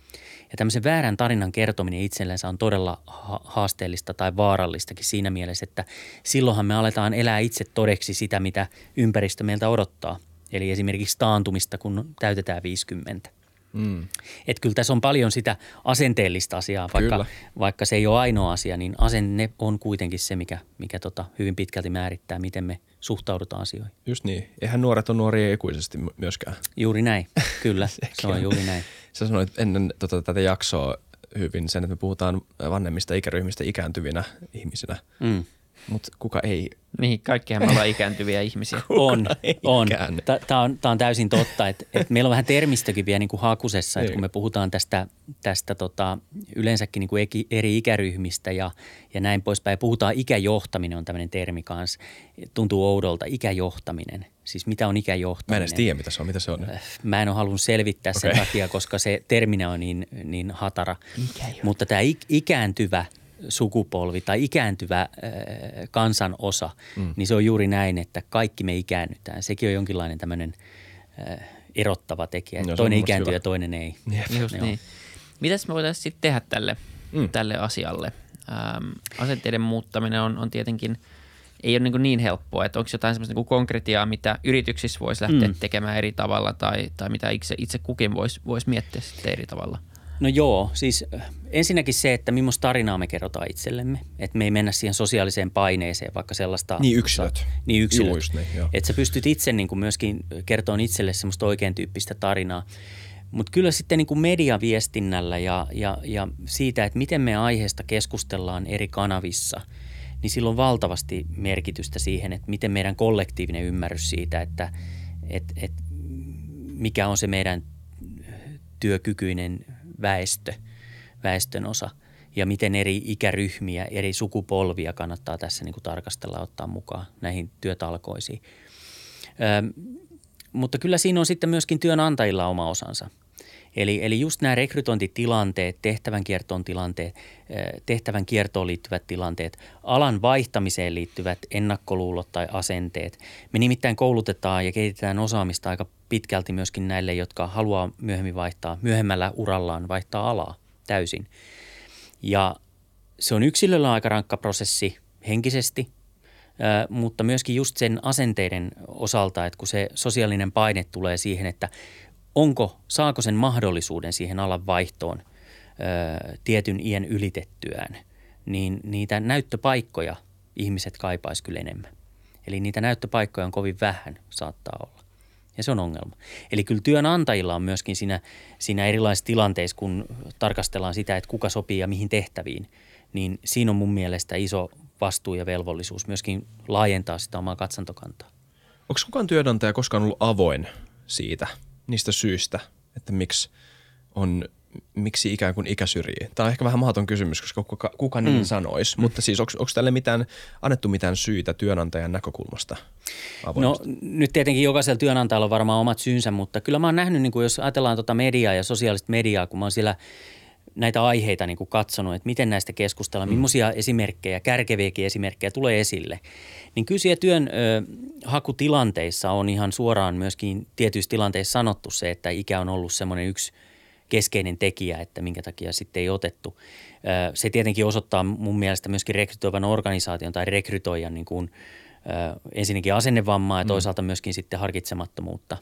Ja tämmöisen väärän tarinan kertominen itsellensä on todella ha- haasteellista tai vaarallistakin siinä mielessä, että silloinhan me aletaan elää itse todeksi sitä, mitä ympäristö meiltä odottaa. Eli esimerkiksi taantumista, kun täytetään viisikymmentä. Mm. Että kyllä tässä on paljon sitä asenteellista asiaa, vaikka, vaikka se ei ole ainoa asia, niin asenne on kuitenkin se, mikä, mikä tota hyvin pitkälti määrittää, miten me suhtaudutaan asioihin. Just niin. Eihän nuoret ole nuoria ikuisesti myöskään. Juuri näin, kyllä. Se on juuri näin. Sä sanoit ennen tota, tätä jaksoa hyvin sen, että me puhutaan vanhemmista ikäryhmistä ikääntyvinä ihmisinä. Mm. Mutta kuka ei? Niin, kaikkihan me ollaan ikääntyviä ihmisiä. On, on. Tämä on, on täysin totta, että et meillä on vähän termistökin vielä niin kuin hakusessa, että kun me puhutaan tästä, tästä tota, yleensäkin niin kuin eri ikäryhmistä ja, ja näin poispäin. Puhutaan ikäjohtaminen on tämmöinen termi kanssa. Tuntuu oudolta, ikäjohtaminen. Siis mitä on ikäjohtaminen? Mä en edes tiedä, mitä se on. Mitä se on? Mä en ole halunnut selvittää sen okay. takia, koska se terminä on niin, niin hatara. Mutta tämä ikääntyvä sukupolvi tai ikääntyvä äh, kansanosa, mm. niin se on juuri näin, että kaikki me ikäännytään. Sekin on jonkinlainen tämmöinen äh, erottava tekijä, että no, toinen ikääntyy hyvä. Ja toinen ei. Just niin. Mitäs me voitaisiin sitten tehdä tälle, mm. tälle asialle? Ähm, asenteiden muuttaminen on, on tietenkin, ei ole niin, niin helppoa, että onko jotain semmoista niin konkretiaa, mitä yrityksissä voisi lähteä mm. tekemään eri tavalla tai, tai mitä itse, itse kukin voisi vois miettiä sitten eri tavalla? No joo, siis ensinnäkin se, että millaista tarinaa me kerrotaan itsellemme. Että me ei mennä siihen sosiaaliseen paineeseen, vaikka sellaista. Niin yksilöt. Niin yksilöt. Juu, just niin, joo. Että sä pystyt itse niin kuin myöskin kertomaan itselle semmoista oikein tyyppistä tarinaa. Mutta kyllä sitten niin kuin mediaviestinnällä ja, ja, ja siitä, että miten me aiheesta keskustellaan eri kanavissa, niin sillä on valtavasti merkitystä siihen, että miten meidän kollektiivinen ymmärrys siitä, että et, et, mikä on se meidän työkykyinen väestö, väestön osa ja miten eri ikäryhmiä, eri sukupolvia kannattaa tässä niin kuin tarkastella ja ottaa mukaan näihin työtalkoisiin. Ö, mutta kyllä siinä on sitten myöskin työnantajilla oma osansa. Eli, eli just nämä rekrytointitilanteet, tehtävän kiertoon tilanteet, tehtävän kiertoon liittyvät tilanteet, alan vaihtamiseen liittyvät ennakkoluulot tai asenteet. Me nimittäin koulutetaan ja kehitetään osaamista aika pitkälti myöskin näille, jotka haluaa myöhemmin vaihtaa, myöhemmällä urallaan vaihtaa alaa täysin. Ja se on yksilöllä aika rankka prosessi henkisesti, mutta myöskin just sen asenteiden osalta, että kun se sosiaalinen paine tulee siihen, että onko, saako sen mahdollisuuden siihen alan vaihtoon ö, tietyn iän ylitettyään, niin niitä näyttöpaikkoja ihmiset kaipaisi kyllä enemmän. Eli niitä näyttöpaikkoja on kovin vähän, saattaa olla. Ja se on ongelma. Eli kyllä työnantajilla on myöskin siinä, siinä erilaisissa tilanteissa, kun tarkastellaan sitä, että kuka sopii ja mihin tehtäviin, niin siinä on mun mielestä iso vastuu ja velvollisuus myöskin laajentaa sitä omaa katsantokantaa. Onko kukaan työnantaja koskaan ollut avoin siitä? Niistä syistä, että miksi on, miksi ikään kuin ikä syrjii. Tämä on ehkä vähän mahdoton kysymys, koska kuka, kuka niin mm. sanoisi, mutta siis onko, onko tälle mitään, annettu mitään syitä työnantajan näkökulmasta avoimesti? No nyt tietenkin jokaisella työnantajalla on varmaan omat syynsä, mutta kyllä mä oon nähnyt, niin kuin jos ajatellaan tuota mediaa ja sosiaalista mediaa, kun mä oon siellä näitä aiheita niin kuin katsonut, että miten näistä keskustellaan, mm. millaisia esimerkkejä, kärkeviäkin esimerkkejä tulee esille, niin kyllä siellä työn ö, hakutilanteissa on ihan suoraan myöskin tietyissä tilanteissa sanottu se, että ikä on ollut semmoinen yksi keskeinen tekijä, että minkä takia sitten ei otettu. Ö, se tietenkin osoittaa mun mielestä myöskin rekrytoivan organisaation tai rekrytoijan niin kuin, ö, ensinnäkin asennevammaa ja toisaalta mm. myöskin sitten harkitsemattomuutta.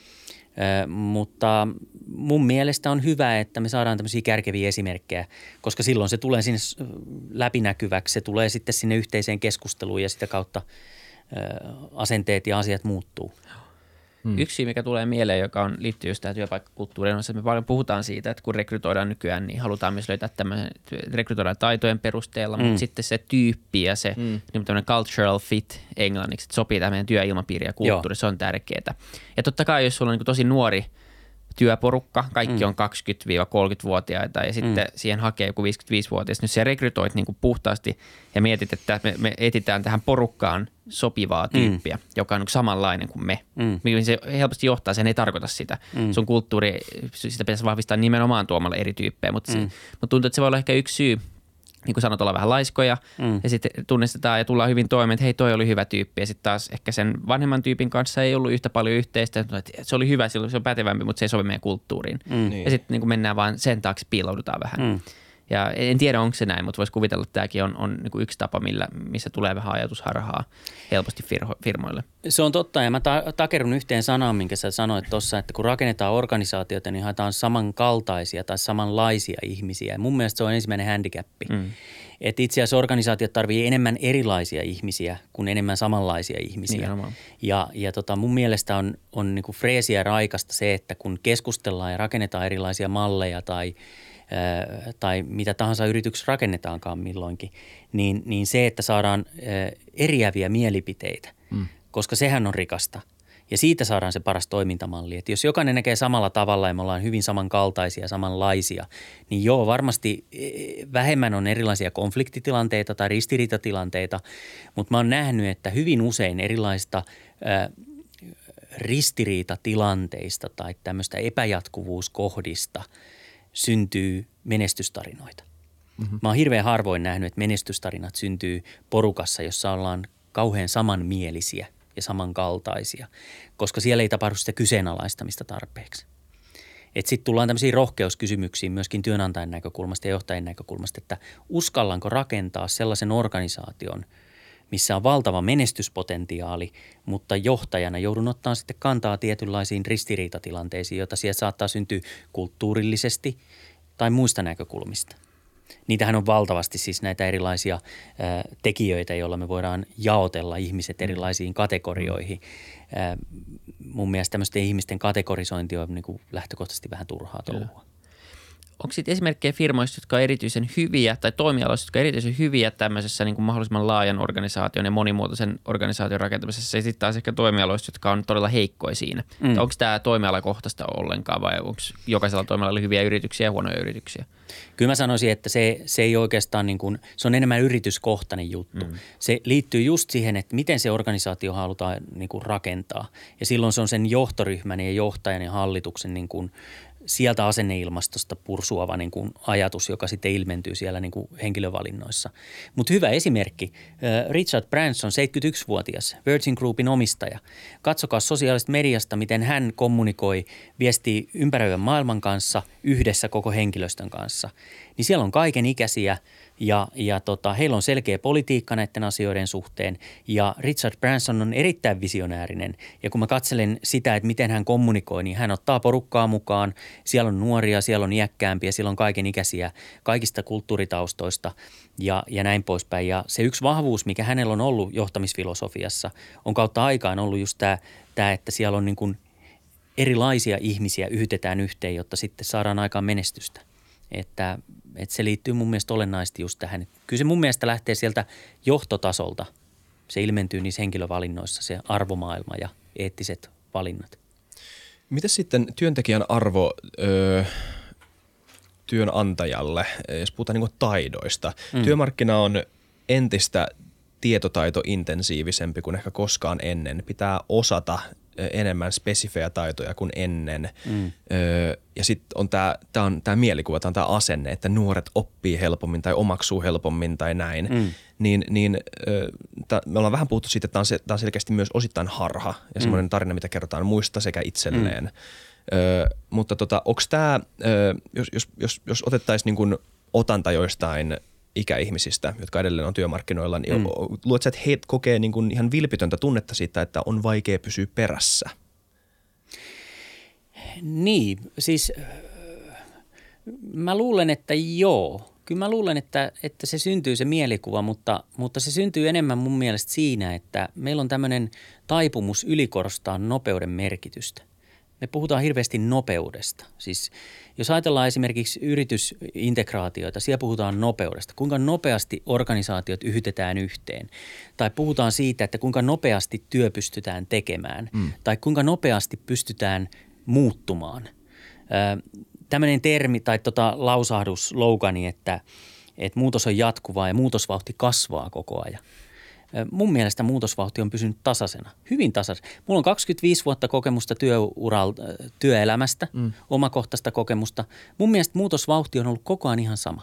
Ö, mutta mun mielestä on hyvä, että me saadaan tämmöisiä kärkeviä esimerkkejä, koska silloin se tulee sinne läpinäkyväksi, se tulee sitten sinne yhteiseen keskusteluun ja sitä kautta ö, asenteet ja asiat muuttuu. Hmm. Yksi, mikä tulee mieleen, joka on, liittyy just tähän työpaikkakulttuuriin, on se, että me paljon puhutaan siitä, että kun rekrytoidaan nykyään, niin halutaan myös löytää tämmöisen, rekrytoidaan taitojen perusteella, hmm. mutta sitten se tyyppi ja se hmm. niin tämmöinen cultural fit englanniksi, että sopii tämmöinen työilmapiiri ja kulttuuri, Joo. se on tärkeää. Ja totta kai, jos sulla on niin tosi nuori työporukka, kaikki mm. on kaksikymmentä-kolmekymmentävuotiaita ja sitten mm. siihen hakee joku viisikymmentäviisivuotias. Nyt sä rekrytoit niin kuin puhtaasti ja mietit, että me, me etsitään tähän porukkaan sopivaa tyyppiä, mm. joka on niin samanlainen kuin me. Mm. Se helposti johtaa, sen ei tarkoita sitä. Mm. Sun kulttuuri, sitä pitäisi vahvistaa nimenomaan tuomalla eri tyyppejä, mutta, mm. se, mutta tuntuu, että se voi olla ehkä yksi syy niin kuin sanot, ollaan vähän laiskoja mm. ja sitten tunnistetaan ja tullaan hyvin toimeen, että hei, toi oli hyvä tyyppi. Ja sitten taas ehkä sen vanhemman tyypin kanssa ei ollut yhtä paljon yhteistä, että se oli hyvä, se on pätevämpi, mutta se ei sovi meidän kulttuuriin. Mm. Ja sitten niin kuin mennään vaan sen taakse, piiloudutaan vähän. Mm. Ja en tiedä, onko se näin, mutta voisi kuvitella, että tämäkin on, on niin kuin yksi tapa, millä, missä tulee vähän ajatusharhaa helposti fir- firmoille. Se on totta, ja mä ta- takerun yhteen sanaan, minkä sä sanoit tuossa, että kun rakennetaan organisaatiota, niin haetaan samankaltaisia tai samanlaisia ihmisiä. Ja mun mielestä se on ensimmäinen handicappi. Mm. Että itse asiassa organisaatiot tarvitsee enemmän erilaisia ihmisiä kuin enemmän samanlaisia ihmisiä. Niin, ja ja tota, mun mielestä on, on niin kuin freesiä ja raikasta se, että kun keskustellaan ja rakennetaan erilaisia malleja tai tai mitä tahansa yrityksessä rakennetaankaan milloinkin, niin, niin se, että saadaan eriäviä mielipiteitä, mm. koska sehän on rikasta. Ja siitä saadaan se paras toimintamalli. Että jos jokainen näkee samalla tavalla ja me ollaan hyvin samankaltaisia, samanlaisia, niin joo, varmasti vähemmän on erilaisia konfliktitilanteita tai ristiriitatilanteita, mutta mä oon nähnyt, että hyvin usein erilaisista ää, ristiriitatilanteista tai tämmöistä epäjatkuvuuskohdista syntyy menestystarinoita. Mm-hmm. Mä oon hirveän harvoin nähnyt, että menestystarinat syntyy porukassa, jossa ollaan kauhean samanmielisiä ja samankaltaisia, koska siellä ei tapahdu sitä kyseenalaistamista tarpeeksi. Sitten tullaan tämmöisiin rohkeuskysymyksiin myöskin työnantajan näkökulmasta ja johtajan näkökulmasta, että uskallanko rakentaa sellaisen organisaation, missä on valtava menestyspotentiaali, mutta johtajana joudun ottaa sitten kantaa tietynlaisiin ristiriitatilanteisiin, joita siellä saattaa syntyä kulttuurillisesti tai muista näkökulmista. Niitähän on valtavasti siis näitä erilaisia ä, tekijöitä, joilla me voidaan jaotella ihmiset erilaisiin kategorioihin. Ä, mun mielestä tämmöisten ihmisten kategorisointi on niin kuin lähtökohtaisesti vähän turhaa touhua. Onko sitten esimerkkejä firmoista, jotka on erityisen hyviä tai toimialoista, jotka on erityisen hyviä tämmöisessä niin kuin mahdollisimman laajan organisaation ja monimuotoisen organisaation rakentamisessa ja sitten taas ehkä toimialoista, jotka on todella heikkoja siinä? Mm. Onko tämä toimialakohtaista ollenkaan vai onko jokaisella toimialalla hyviä yrityksiä ja huonoja yrityksiä? Kyllä mä sanoisin, että se, se ei oikeastaan niin kuin, se on enemmän yrityskohtainen juttu. Mm. Se liittyy just siihen, että miten se organisaatio halutaan niin kuin rakentaa ja silloin se on sen johtoryhmän ja johtajan ja hallituksen niin kuin sieltä asenneilmastosta pursuava niin kuin ajatus, joka sitten ilmentyy siellä niin kuin henkilövalinnoissa. Mutta hyvä esimerkki. Richard Branson, seitsemänkymmentäyksivuotias, Virgin Groupin omistaja. Katsokaa sosiaalisesta mediasta, miten hän kommunikoi, viestii ympäröivän maailman kanssa yhdessä koko henkilöstön kanssa. Niin siellä on kaiken ikäisiä ja, ja tota, heillä on selkeä politiikka näiden asioiden suhteen ja Richard Branson on erittäin visionäärinen ja kun mä katselen sitä, että miten hän kommunikoi, niin hän ottaa porukkaa mukaan. Siellä on nuoria, siellä on iäkkäämpiä, siellä on kaiken ikäisiä kaikista kulttuuritaustoista ja, ja näin poispäin. Ja se yksi vahvuus, mikä hänellä on ollut johtamisfilosofiassa, on kautta aikaan ollut just tämä, tämä että siellä on niin kuin erilaisia ihmisiä yhdetään yhteen, jotta sitten saadaan aikaan menestystä. Että, että se liittyy mun mielestä olennaisesti just tähän. Kyllä se mun mielestä lähtee sieltä johtotasolta. Se ilmentyy niissä henkilövalinnoissa, se arvomaailma ja eettiset valinnat. Miten sitten työntekijän arvo ö, työnantajalle, jos puhutaan niin kuin taidoista? Mm. Työmarkkina on entistä tietotaitointensiivisempi kuin ehkä koskaan ennen. Pitää osata enemmän spesifejä taitoja kuin ennen. Mm. Öö, ja sitten on tämä tää on tää mielikuva, tämä on tämä asenne, että nuoret oppii helpommin tai omaksuu helpommin tai näin. Mm. Niin, niin öö, tää, me ollaan vähän puhuttu siitä, että tämä on, se, on selkeästi myös osittain harha ja semmoinen mm. tarina, mitä kerrotaan muista sekä itselleen. Mm. Öö, mutta tota, onko tämä, öö, jos, jos, jos, jos otettaisiin niin kuin otanta joistain ikäihmisistä, jotka edelleen on työmarkkinoilla, niin mm. luuletko sä, että he kokee niin kuin ihan vilpitöntä tunnetta siitä, että on vaikea pysyä perässä? Niin, siis mä luulen, että joo. Kyllä mä luulen, että, että se syntyy se mielikuva, mutta, mutta se syntyy enemmän mun mielestä siinä, että meillä on tämmöinen taipumus ylikorostaa nopeuden merkitystä. Me puhutaan hirveästi nopeudesta. Siis jos ajatellaan esimerkiksi yritysintegraatioita, siellä puhutaan nopeudesta. Kuinka nopeasti organisaatiot yhdetään yhteen. Tai puhutaan siitä, että kuinka nopeasti työ pystytään tekemään. Mm. Tai kuinka nopeasti pystytään muuttumaan. Tämmöinen termi tai tota lausahdus, slogani, että, että muutos on jatkuvaa ja muutosvauhti kasvaa koko ajan. Mun mielestä muutosvauhti on pysynyt tasaisena, hyvin tasaisena. Mulla on kaksikymmentäviisi vuotta kokemusta työuralta, työelämästä, mm. omakohtaista kokemusta. Mun mielestä muutosvauhti on ollut koko ajan ihan sama.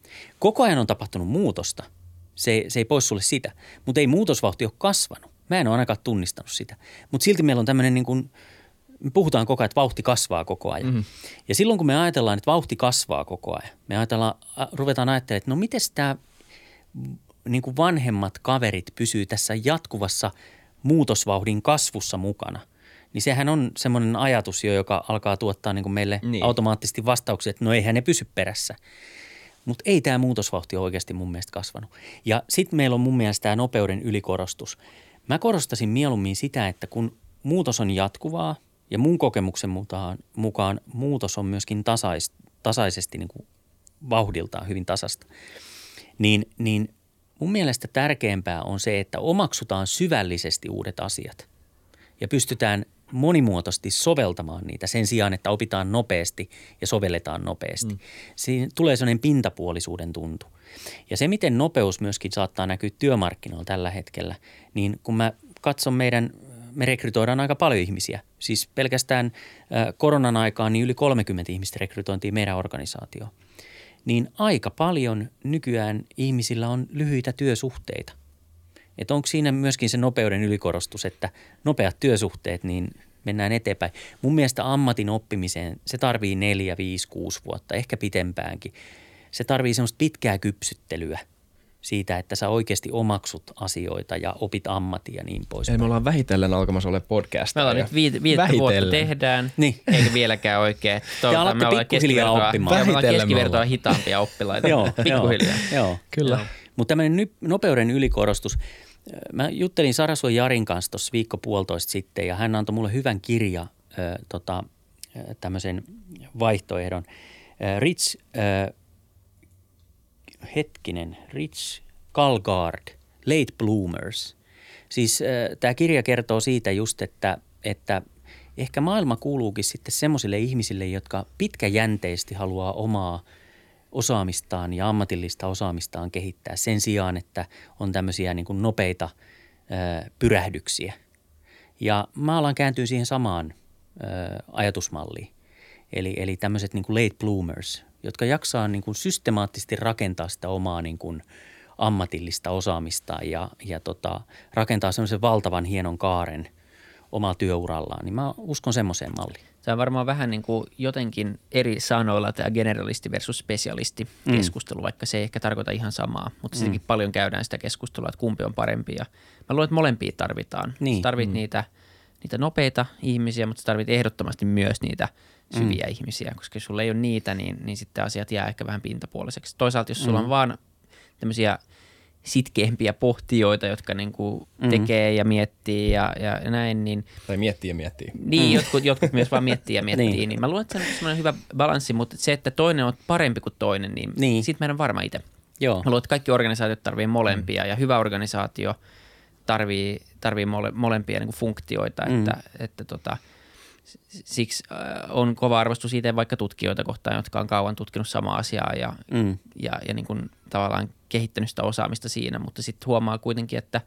Koko ajan on tapahtunut muutosta. Se, se ei pois sulle sitä, mutta ei muutosvauhti ole kasvanut. Mä en ole ainakaan tunnistanut sitä. Mutta silti meillä on tämmöinen niin kuin, me puhutaan koko ajan, että vauhti kasvaa koko ajan. Mm-hmm. Ja silloin kun me ajatellaan, että vauhti kasvaa koko ajan, me ajatellaan, ruvetaan ajattelemaan, että no miten tämä niin kuin vanhemmat kaverit pysyy tässä jatkuvassa muutosvauhdin kasvussa mukana. Niin sehän on semmoinen ajatus jo, joka alkaa tuottaa niin kuin meille niin. automaattisesti vastauksia, että no eihän ne pysy perässä. Mutta ei tämä muutosvauhti ole oikeasti mun mielestä kasvanut. Ja sitten meillä on mun mielestä tämä nopeuden ylikorostus. Mä korostasin mieluummin sitä, että kun muutos on jatkuvaa ja mun kokemuksen mukaan, mukaan muutos on myöskin tasais, tasaisesti niin kuin vauhdiltaan hyvin tasasta, niin, niin mun mielestä tärkeämpää on se, että omaksutaan syvällisesti uudet asiat ja pystytään monimuotoisesti soveltamaan niitä sen sijaan, että opitaan nopeasti ja sovelletaan nopeasti. Mm. Siinä tulee sellainen pintapuolisuuden tuntu. Ja se, miten nopeus myöskin saattaa näkyä työmarkkinoilla tällä hetkellä, niin kun mä katson meidän, me rekrytoidaan aika paljon ihmisiä. Siis pelkästään äh, koronan aikaan niin yli kolmekymmentä ihmistä rekrytointiin meidän organisaatioon. Niin aika paljon nykyään ihmisillä on lyhyitä työsuhteita. Että onko siinä myöskin se nopeuden ylikorostus, että nopeat työsuhteet, niin mennään eteenpäin. Mun mielestä ammatin oppimiseen se tarvii neljä, viisi, kuusi vuotta, ehkä pitempäänkin. Se tarvii semmoista pitkää kypsyttelyä siitä, että sä oikeasti omaksut asioita ja opit ammatin ja niin pois. Eli me ollaan vähitellen alkamassa ole podcastia. Me ollaan nyt viit, viittä vuotta tehdään, niin. eikä vieläkään oikein. Te alatte pikkuhiljaa oppimaan. Me ollaan keskivertoa hitaampia oppilaita. Joo, pikkuhiljaa. Joo, kyllä. Mutta tämmöinen nopeuden ylikorostus. Mä juttelin Sarasuon Jarin kanssa tuossa viikko puolitoista sitten ja hän antoi mulle hyvän kirja, äh, tota, äh, tämmöisen vaihtoehdon. Äh, Rich, äh, hetkinen, Rich Kalgaard, Late Bloomers. Siis äh, tämä kirja kertoo siitä just, että, että ehkä maailma kuuluukin sitten semmoisille ihmisille, jotka pitkäjänteisesti haluaa omaa osaamistaan ja ammatillista osaamistaan kehittää sen sijaan, että on tämmöisiä niin kuin nopeita ö, pyrähdyksiä. Ja mä alan kääntyä siihen samaan ö, ajatusmalliin. Eli, eli tämmöiset niin kuin late bloomers, jotka jaksaa niin kuin systemaattisesti rakentaa sitä omaa niin kuin ammatillista osaamistaan ja, ja tota, rakentaa semmoisen valtavan hienon kaaren omalla työurallaan. Niin mä uskon semmoiseen malliin. Se on varmaan vähän niin kuin jotenkin eri sanoilla tämä generalisti versus spesialisti keskustelu, mm. vaikka se ei ehkä tarkoita ihan samaa. Mutta mm. sitäkin paljon käydään sitä keskustelua, että kumpi on parempi. Ja mä luulen, että molempia tarvitaan. Niin. Sä tarvit mm. niitä, niitä nopeita ihmisiä, mutta sä tarvit ehdottomasti myös niitä syviä mm. ihmisiä. Koska jos sulla ei ole niitä, niin, niin sitten asiat jää ehkä vähän pintapuoliseksi. Toisaalta jos sulla mm. on vaan tämmöisiä sitkeämpiä pohtijoita, jotka niinku tekee mm. ja miettii ja, ja näin. Niin, tai miettii ja miettii. Niin, mm. jotkut, jotkut myös vaan miettii ja miettii. niin. niin mä luulen, että se on semmoinen hyvä balanssi, mutta se, että toinen on parempi kuin toinen, niin, niin. siitä mä en ole varma itse. Joo. Mä luulen, että kaikki organisaatiot tarvii molempia mm. ja hyvä organisaatio tarvii, tarvii mole, molempia niin kuin funktioita, mm. että, että tota, siksi on kova arvostus siitä vaikka tutkijoita kohtaan, jotka on kauan tutkinut samaa asiaa ja, mm. ja, ja niin kuin tavallaan kehittänyt sitä osaamista siinä, mutta sitten huomaa kuitenkin, että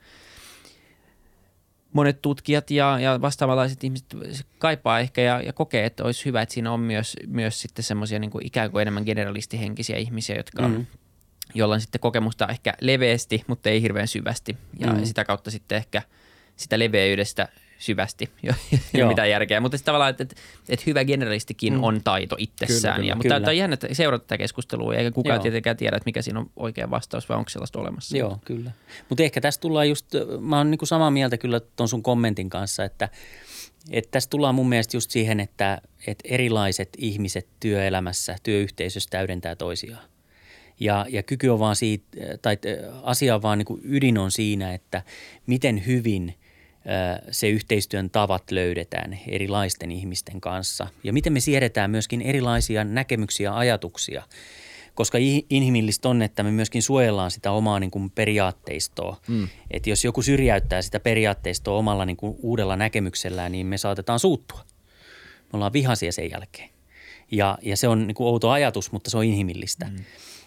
monet tutkijat ja, ja vastaavanlaiset ihmiset kaipaa ehkä ja, ja kokee, että olisi hyvä, että siinä on myös, myös sitten semmoisia niin kuin ikään kuin enemmän generalistihenkisiä ihmisiä, jotka mm. joilla on sitten kokemusta ehkä leveästi, mutta ei hirveän syvästi ja mm. sitä kautta sitten ehkä sitä leveyydestä syvästi, jo mitään järkeä. Mutta sitten tavallaan, että, että, että hyvä generalistikin mm. on taito itsessään. Kyllä, kyllä, ja, mutta tämä on jännä seurata tätä keskustelua, eikä kukaan Joo. tietenkään tiedä, että mikä siinä on oikea vastaus, vai onko sellaista olemassa. Joo, kyllä. Mutta ehkä tässä tullaan just, mä oon niinku samaa mieltä kyllä ton sun kommentin kanssa, että, että tässä tullaan mun mielestä just siihen, että, että erilaiset ihmiset työelämässä, työyhteisössä täydentää toisiaan. Ja, ja kyky on vaan siitä, tai asia on vaan niin kuin ydin on siinä, että miten hyvin se yhteistyön tavat löydetään erilaisten ihmisten kanssa ja miten me siedetään myöskin erilaisia näkemyksiä ja ajatuksia, koska inhimillistä on, että me myöskin suojellaan sitä omaa niin kuin periaatteistoa. Mm. Että jos joku syrjäyttää sitä periaatteistoa omalla niin kuin uudella näkemyksellään, niin me saatetaan suuttua. Me ollaan vihaisia sen jälkeen ja, ja se on niin kuin outo ajatus, mutta se on inhimillistä. Mm.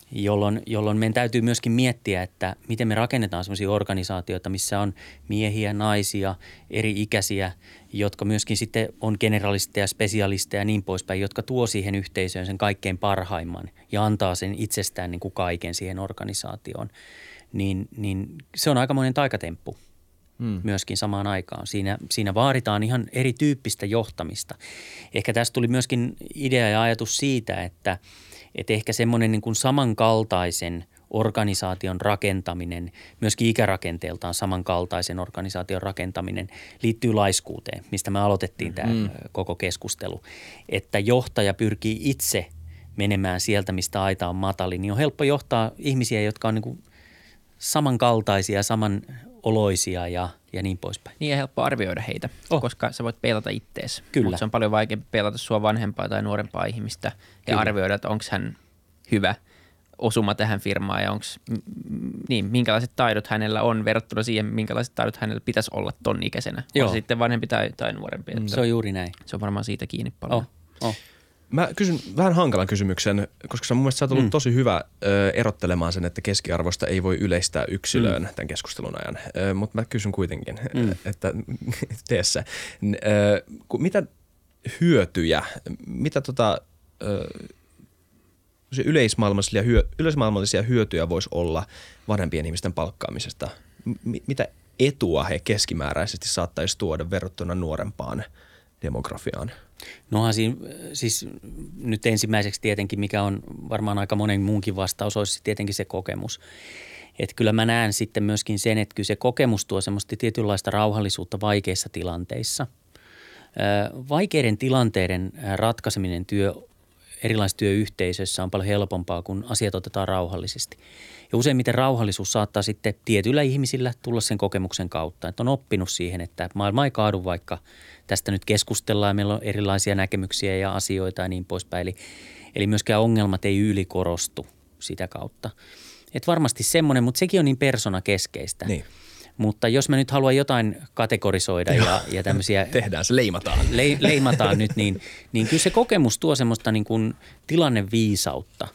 jolloin, jolloin meidän täytyy myöskin miettiä, että miten me rakennetaan sellaisia organisaatioita, missä on miehiä, naisia, eri ikäisiä, jotka myöskin sitten on generalisteja, spesialisteja ja niin poispäin, jotka tuo siihen yhteisöön sen kaikkein parhaimman ja antaa sen itsestään niin kuin kaiken siihen organisaatioon. Niin, niin se on aikamoinen taikatemppu hmm. myöskin samaan aikaan. Siinä, siinä vaaditaan ihan erityyppistä johtamista. Ehkä tässä tuli myöskin idea ja ajatus siitä, että Että ehkä semmoinen niin kuin samankaltaisen organisaation rakentaminen, myöskin ikärakenteeltaan samankaltaisen organisaation rakentaminen liittyy laiskuuteen, mistä me aloitettiin tämä mm. koko keskustelu. Että johtaja pyrkii itse menemään sieltä, mistä aita on matali, niin on helppo johtaa ihmisiä, jotka on niin kuin samankaltaisia, samanoloisia ja, ja niin poispäin. Niin ja helppo arvioida heitä, oh. koska sä voit peilata ittees. Kyllä. Mutta se on paljon vaikeampi peilata sua vanhempaa tai nuorempaa ihmistä ja Kyllä. arvioida, että onko hän hyvä osuma tähän firmaan ja onko, niin, minkälaiset taidot hänellä on verrattuna siihen, minkälaiset taidot hänellä pitäisi olla ton ikäisenä. Joo. On se sitten vanhempi tai, tai nuorempi. Mm. Se on juuri näin. Se on varmaan siitä kiinni paljon. Oh. Oh. Mä kysyn vähän hankalan kysymyksen, koska mun mielestä sä oot ollut mm. tosi hyvä ö, erottelemaan sen, että keskiarvosta ei voi yleistää yksilöön mm. tämän keskustelun ajan. Mutta mä kysyn kuitenkin, mm. että tee se. Ö, mitä hyötyjä, mitä tota, ö, yleismaailmallisia, hyö, yleismaailmallisia hyötyjä voisi olla vanhempien ihmisten palkkaamisesta? M- mitä etua he keskimääräisesti saattaisi tuoda verrattuna nuorempaan demografiaan? Nohan siinä siis nyt ensimmäiseksi tietenkin, mikä on varmaan aika monen muunkin vastaus, olisi tietenkin se kokemus. Että kyllä mä näen sitten myöskin sen, että kyllä se kokemus tuo semmoista tietynlaista rauhallisuutta vaikeissa tilanteissa. Vaikeiden tilanteiden ratkaiseminen työ, erilaisissa työyhteisöissä on paljon helpompaa, kun asiat otetaan rauhallisesti. Ja useimmiten rauhallisuus saattaa sitten tietyillä ihmisillä tulla sen kokemuksen kautta, että on oppinut siihen, että maailma ei kaadu, vaikka tästä nyt keskustellaan ja meillä on erilaisia näkemyksiä ja asioita ja niin poispäin. Eli, eli myöskään ongelmat ei ylikorostu sitä kautta. Että varmasti semmoinen, mutta sekin on niin persoonakeskeistä. Niin. Mutta jos mä nyt haluan jotain kategorisoida ja, ja tämmöisiä… Tehdään se, leimataan. Le, leimataan nyt, niin, niin kyllä se kokemus tuo semmoista niin kuin tilanneviisautta.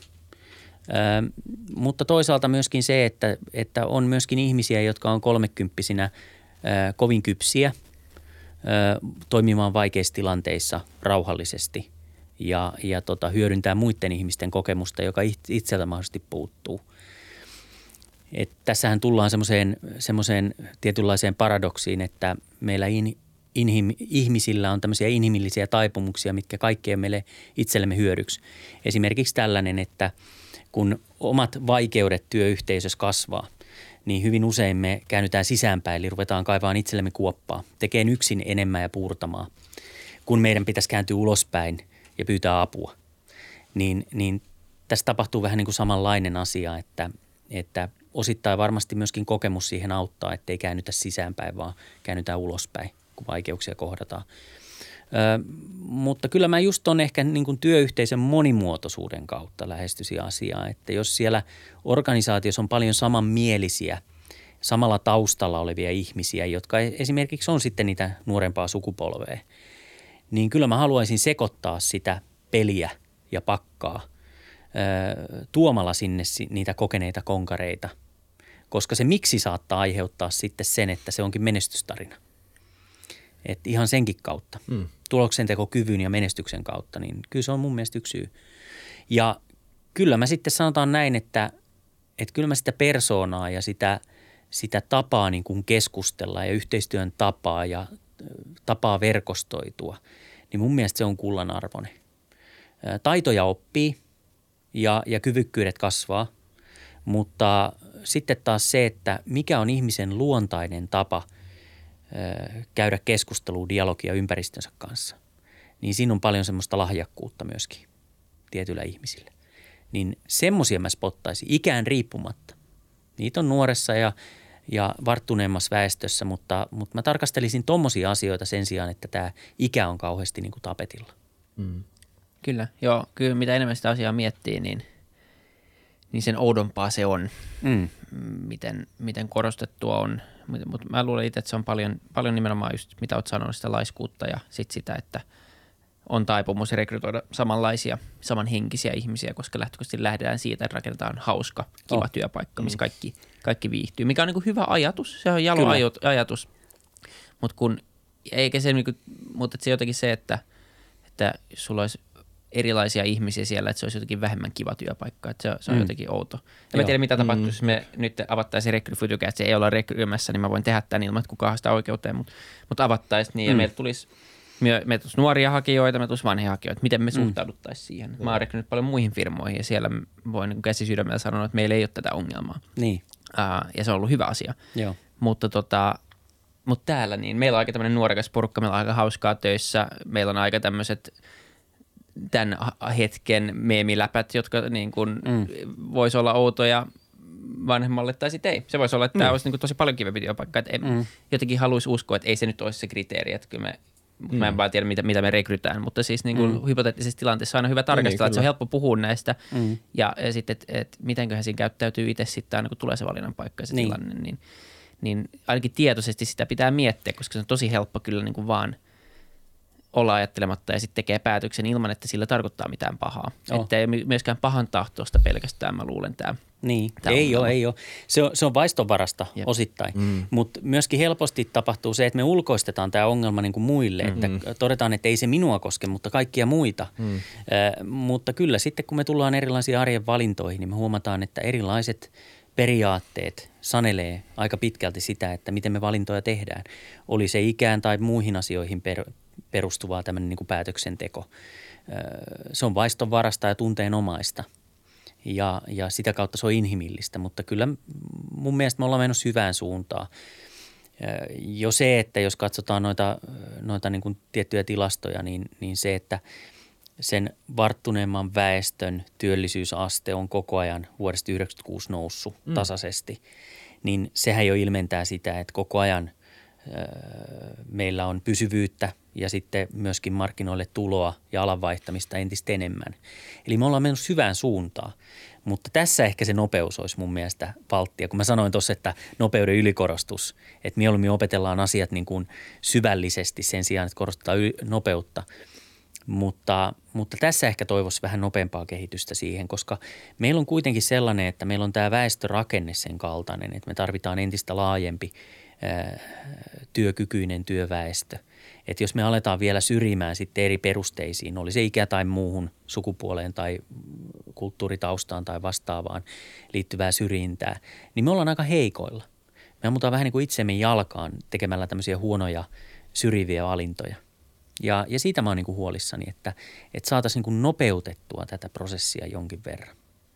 Ö, mutta toisaalta myöskin se, että, että on myöskin ihmisiä, jotka on kolmekymppisinä ö, kovin kypsiä ö, toimimaan vaikeissa tilanteissa rauhallisesti ja, ja tota, hyödyntää muiden ihmisten kokemusta, joka itseltä mahdollisesti puuttuu. Et tässähän tullaan semmoiseen, semmoiseen tietynlaiseen paradoksiin, että meillä in, inhim, ihmisillä on tämmöisiä inhimillisiä taipumuksia, mitkä kaikki on meille itsellemme hyödyksi. Esimerkiksi tällainen, että kun omat vaikeudet työyhteisössä kasvaa, niin hyvin usein me käännytään sisäänpäin, eli ruvetaan kaivaan itsellemme kuoppaa, tekee yksin enemmän ja puurtamaan, kun meidän pitäisi kääntyä ulospäin ja pyytää apua. Niin, niin tässä tapahtuu vähän niin kuin samanlainen asia, että, että osittain varmasti myöskin kokemus siihen auttaa, ettei käännytä sisäänpäin, vaan käännytään ulospäin, kun vaikeuksia kohdataan. Ö, mutta kyllä mä just on ehkä niin kuin työyhteisön monimuotoisuuden kautta lähestyisin asiaa, että jos siellä organisaatiossa on paljon samanmielisiä, samalla taustalla olevia ihmisiä, jotka esimerkiksi on sitten niitä nuorempaa sukupolvea, niin kyllä mä haluaisin sekoittaa sitä peliä ja pakkaa ö, tuomalla sinne niitä kokeneita konkareita, koska se miksi saattaa aiheuttaa sitten sen, että se onkin menestystarina. Että ihan senkin kautta, mm. tuloksentekokyvyn ja menestyksen kautta, niin kyllä se on mun mielestä yksi syy. Ja kyllä mä sitten sanotaan näin, että, että kyllä mä sitä persoonaa ja sitä, sitä tapaa niin kuin keskustella ja yhteistyön tapaa ja tapaa verkostoitua, niin mun mielestä se on kullanarvoinen. Taitoja oppii ja, ja kyvykkyydet kasvaa, mutta sitten taas se, että mikä on ihmisen luontainen tapa käydä keskustelua, dialogia ympäristönsä kanssa, niin siinä on paljon semmoista lahjakkuutta myöskin tietyillä ihmisillä. Niin semmoisia mä spottaisin ikään riippumatta. Niitä on nuoressa ja, ja varttuneemmassa väestössä, mutta, mutta mä tarkastelisin tommosia asioita sen sijaan, että tämä ikä on kauheasti niin kuin tapetilla. Mm. Kyllä, joo. Kyllä mitä enemmän sitä asiaa miettii, niin, niin sen oudompaa se on, mm. miten, miten korostettua on. Mutta mä luulen itse, että se on paljon, paljon nimenomaan just, mitä olet sanonut, sitä laiskuutta ja sit sitä, että on taipumus rekrytoida samanlaisia, samanhenkisiä ihmisiä, koska lähtökohtaisesti lähdetään siitä, että rakennetaan hauska, kiva oh. työpaikka, missä kaikki, kaikki viihtyy, mikä on niin kuin hyvä ajatus. Se on jalo Kyllä. ajatus, mutta kun, eikä se, niin kuin, mutta se jotenkin se, että, että jos sulla olisi erilaisia ihmisiä siellä, että se olisi jotenkin vähemmän kiva työpaikka, että se, se on mm. jotenkin outo. En mä tiedä, mitä tapahtuu, mm. jos me nyt avattaisiin rekryfytykä, että se ei olla rekrymässä, niin mä voin tehdä tämän ilman, että kukaan sitä oikeuteen, mutta, mutta avattaisiin niin, mm. ja meillä tulisi Me tulisi nuoria hakijoita, me tulisi vanhia hakijoita. Miten me suhtauduttaisiin siihen? Mä oon rekrynyt paljon muihin firmoihin ja siellä voin niin käsi sydämellä sanoa, että meillä ei ole tätä ongelmaa. Niin. Uh, ja se on ollut hyvä asia. Joo. Mutta, tota, mutta täällä niin meillä on aika tämmöinen nuorekas porukka, meillä on aika hauskaa töissä. Meillä on aika tämmöiset tämän hetken meemiläpät, jotka niin kuin mm. voisi olla outoja vanhemmalle tai sitten ei. Se voisi olla, että mm. tämä olisi niin kuin tosi paljon kivempi työpaikka. Että mm. jotenkin haluaisi uskoa, että ei se nyt olisi se kriteeri, että kyllä me Mm. Mä en vaan tiedä, mitä, mitä me rekrytään, mutta siis niin kuin mm. hypoteettisessa tilanteessa on aina hyvä tarkastella, niin, että se on helppo puhua näistä mm. ja, ja sitten, että et, mitenköhän siinä käyttäytyy itse sitten aina, kun tulee se valinnan paikka ja se niin. tilanne, niin, niin ainakin tietoisesti sitä pitää miettiä, koska se on tosi helppo kyllä niin kuin vaan olla ajattelematta ja sitten tekee päätöksen ilman, että sillä tarkoittaa mitään pahaa. Oh. Että ei myöskään pahan tahtoista pelkästään, mä luulen tämä. Niin, tämä ei ole, ei ole. Se on, se on vaistonvarasta Jep. osittain, mm. mutta myöskin helposti tapahtuu se, että me ulkoistetaan tämä ongelma niin kuin muille, mm-hmm. että todetaan, että ei se minua koske, mutta kaikkia muita. Mm. Äh, mutta kyllä sitten, kun me tullaan erilaisiin arjen valintoihin, niin me huomataan, että erilaiset periaatteet sanelee aika pitkälti sitä, että miten me valintoja tehdään. Oli se ikään tai muihin asioihin per, perustuvaa tämmöinen niin kuin päätöksenteko. Äh, se on vaistonvarasta ja tunteenomaista. Ja, ja sitä kautta se on inhimillistä, mutta kyllä mun mielestä me ollaan menossa hyvään suuntaan. Jo se, että jos katsotaan noita, noita niin kuin tiettyjä tilastoja, niin, niin se, että sen varttuneemman väestön työllisyysaste on koko ajan vuodesta yhdeksänkymmentäkuusi noussut mm. tasaisesti, niin sehän jo ilmentää sitä, että koko ajan meillä on pysyvyyttä ja sitten myöskin markkinoille tuloa ja alan vaihtamista entistä enemmän. Eli me ollaan mennyt hyvään suuntaan, mutta tässä ehkä se nopeus olisi mun mielestä valttia. Kun mä sanoin tuossa, että nopeuden ylikorostus, että mieluummin opetellaan asiat niin kuin syvällisesti sen sijaan, että korostetaan nopeutta. Mutta, mutta tässä ehkä toivoisi vähän nopeampaa kehitystä siihen, koska meillä on kuitenkin sellainen, että meillä on tämä väestörakenne sen kaltainen, että me tarvitaan entistä laajempi työkykyinen työväestö. Että jos me aletaan vielä syrjimään sitten eri perusteisiin, oli se ikä tai muuhun sukupuoleen tai kulttuuritaustaan tai vastaavaan liittyvää syrjintää, niin me ollaan aika heikoilla. Me ammutaan vähän niin kuin itsemme jalkaan tekemällä tämmöisiä huonoja syrjiviä valintoja. Ja, ja siitä mä oon niin kuin huolissani, että, että saataisiin niin kuin nopeutettua tätä prosessia jonkin verran.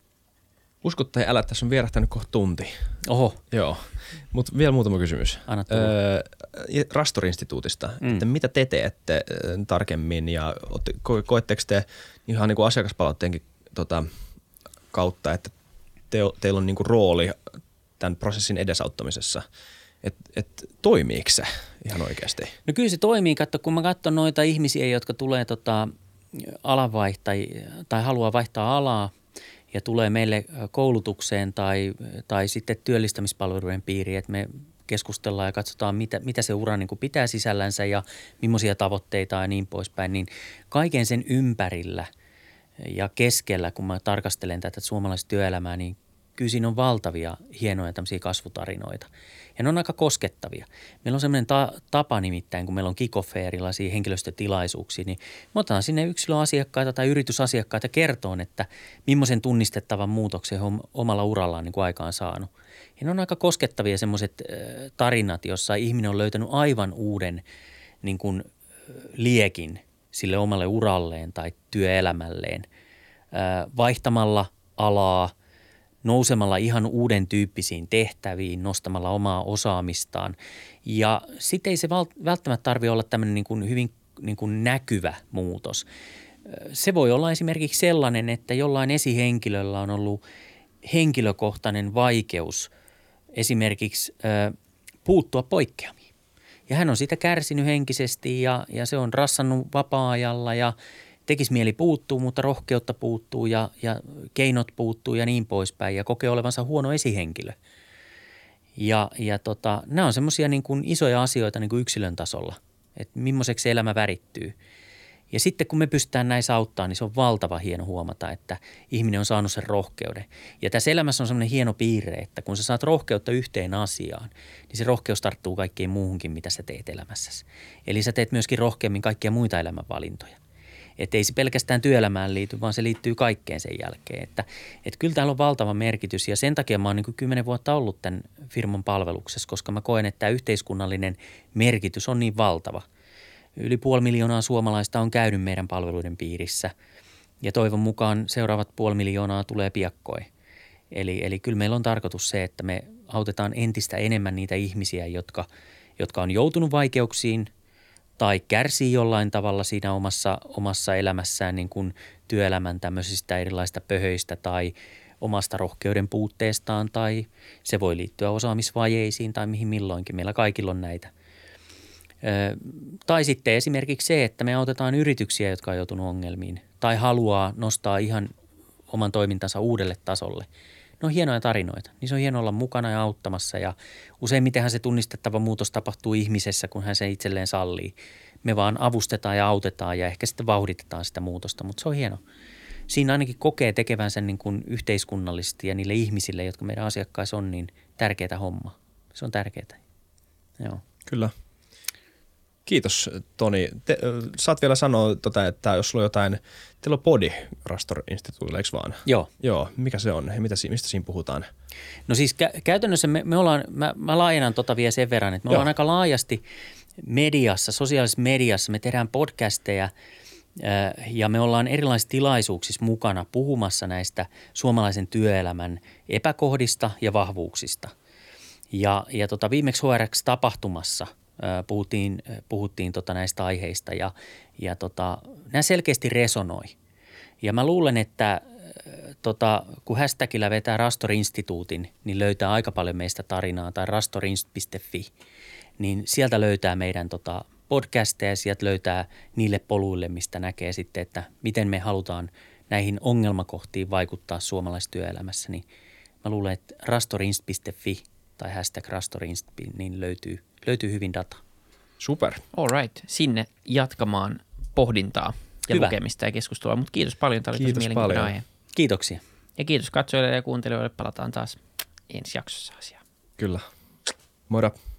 Uskot tai älä, tässä on vierähtänyt kohta tunti. Oho. Joo, mutta vielä muutama kysymys. Öö, Rastor-instituutista, mm. että mitä te teette tarkemmin ja ko- koetteko te ihan niin kuin asiakaspalautteenkin tota, kautta, että te, teillä on niin kuin rooli tämän prosessin edesauttamisessa, että et, toimiiko se ihan oikeasti? No kyllä se toimii, katso, kun mä katson noita ihmisiä, jotka tulee tota, alanvaihtajia tai haluaa vaihtaa alaa, ja tulee meille koulutukseen tai, tai sitten työllistämispalveluiden piiriin, että me keskustellaan ja katsotaan, mitä, mitä se ura niin kuin pitää sisällänsä ja millaisia tavoitteita ja niin poispäin. Niin kaiken sen ympärillä ja keskellä, kun mä tarkastelen tätä suomalaista työelämää, niin kyllä siinä on valtavia hienoja tämmöisiä kasvutarinoita. Ja ne on aika koskettavia. Meillä on semmoinen ta- tapa nimittäin, kun meillä on kick-offeja, erilaisia henkilöstötilaisuuksia, niin me otetaan sinne yksilöasiakkaita tai yritysasiakkaita kertoon, että millaisen tunnistettavan muutoksen he omalla urallaan niin kuin aikaan saanut. Ja ne on aika koskettavia semmoiset tarinat, jossa ihminen on löytänyt aivan uuden niin kuin liekin sille omalle uralleen tai työelämälleen vaihtamalla alaa, nousemalla ihan uuden tyyppisiin tehtäviin, nostamalla omaa osaamistaan. Ja sitten ei se välttämättä tarvitse olla tämmöinen niin kuin hyvin niin kuin näkyvä muutos. Se voi olla esimerkiksi sellainen, että jollain esihenkilöllä on ollut henkilökohtainen vaikeus esimerkiksi ö, puuttua poikkeamiin. Ja hän on siitä kärsinyt henkisesti ja, ja se on rassannut vapaa-ajalla ja tekisi mieli puuttuu, mutta rohkeutta puuttuu ja, ja keinot puuttuu ja niin poispäin ja kokee olevansa huono esihenkilö. Ja, ja tota, nämä on semmoisia niin kuin isoja asioita niin kuin yksilön tasolla, että millaiseksi elämä värittyy. Ja sitten kun me pystytään näissä auttaa, niin se on valtava hieno huomata, että ihminen on saanut sen rohkeuden. Ja tässä elämässä on semmoinen hieno piirre, että kun sä saat rohkeutta yhteen asiaan, niin se rohkeus tarttuu kaikkeen muuhunkin, mitä sä teet elämässäsi. Eli sä teet myöskin rohkeammin kaikkia muita elämänvalintoja. Että ei se pelkästään työelämään liity, vaan se liittyy kaikkeen sen jälkeen. Että, että kyllä täällä on valtava merkitys ja sen takia mä oon niin kuin kymmenen vuotta ollut tämän firman palveluksessa, koska mä koen, että tämä yhteiskunnallinen merkitys on niin valtava. Yli puoli miljoonaa suomalaista on käynyt meidän palveluiden piirissä ja toivon mukaan seuraavat puoli miljoonaa tulee piakkoin. Eli, eli kyllä meillä on tarkoitus se, että me autetaan entistä enemmän niitä ihmisiä, jotka, jotka on joutunut vaikeuksiin tai kärsii jollain tavalla siinä omassa, omassa elämässään niin kuin työelämän tämmöisistä erilaisista pöhöistä tai omasta rohkeuden puutteestaan tai se voi liittyä osaamisvajeisiin tai mihin milloinkin. Meillä kaikilla on näitä. Ö, tai sitten esimerkiksi se, että me autetaan yrityksiä, jotka on joutunut ongelmiin tai haluaa nostaa ihan oman toimintansa uudelle tasolle. Ne on hienoja tarinoita. Niin se on hienoa olla mukana ja auttamassa ja useimmitenhan se tunnistettava muutos tapahtuu ihmisessä, kun hän se itselleen sallii. Me vaan avustetaan ja autetaan ja ehkä sitten vauhditetaan sitä muutosta, mutta se on hieno. Siinä ainakin kokee tekevänsä niin kuin yhteiskunnallisesti ja niille ihmisille, jotka meidän asiakkaissa on, niin tärkeää hommaa. Se on tärkeää. Joo. Kyllä. Kiitos Toni. Te, saat vielä sanoa, tota, että jos sulla on jotain, teillä on Podi Rastor-instituutilla, eikö vaan? Joo. Joo, mikä se on? Mitä, mistä siinä puhutaan? No siis kä- käytännössä me, me ollaan, mä, mä laajennan tota vielä sen verran, että me Joo. ollaan aika laajasti mediassa, sosiaalisessa mediassa, me tehdään podcasteja ja me ollaan erilaisissa tilaisuuksissa mukana puhumassa näistä suomalaisen työelämän epäkohdista ja vahvuuksista. Ja, ja tota, viimeksi H R X-tapahtumassa puhuttiin, puhuttiin tota näistä aiheista ja, ja tota, nämä selkeästi resonoi. Ja mä luulen, että tota, kun hashtagillä vetää Rastor-instituutin, niin löytää aika paljon meistä tarinaa tai rastorinst piste fi, niin sieltä löytää meidän tota, podcasteja, sieltä löytää niille poluille, mistä näkee sitten, että miten me halutaan näihin ongelmakohtiin vaikuttaa suomalaisessa työelämässä, niin mä luulen, että rastorinst piste fi tai hashtag rastorinst, niin löytyy, löytyy hyvin data. Super. All right. Sinne jatkamaan pohdintaa ja Hyvä. lukemista ja keskustelua, mutta kiitos paljon. Tämä oli tosi mielenkiintoinen aihe. Kiitoksia. Ja kiitos katsojille ja kuuntelijoille. Palataan taas ensi jaksossa asiaan. Kyllä. Moira.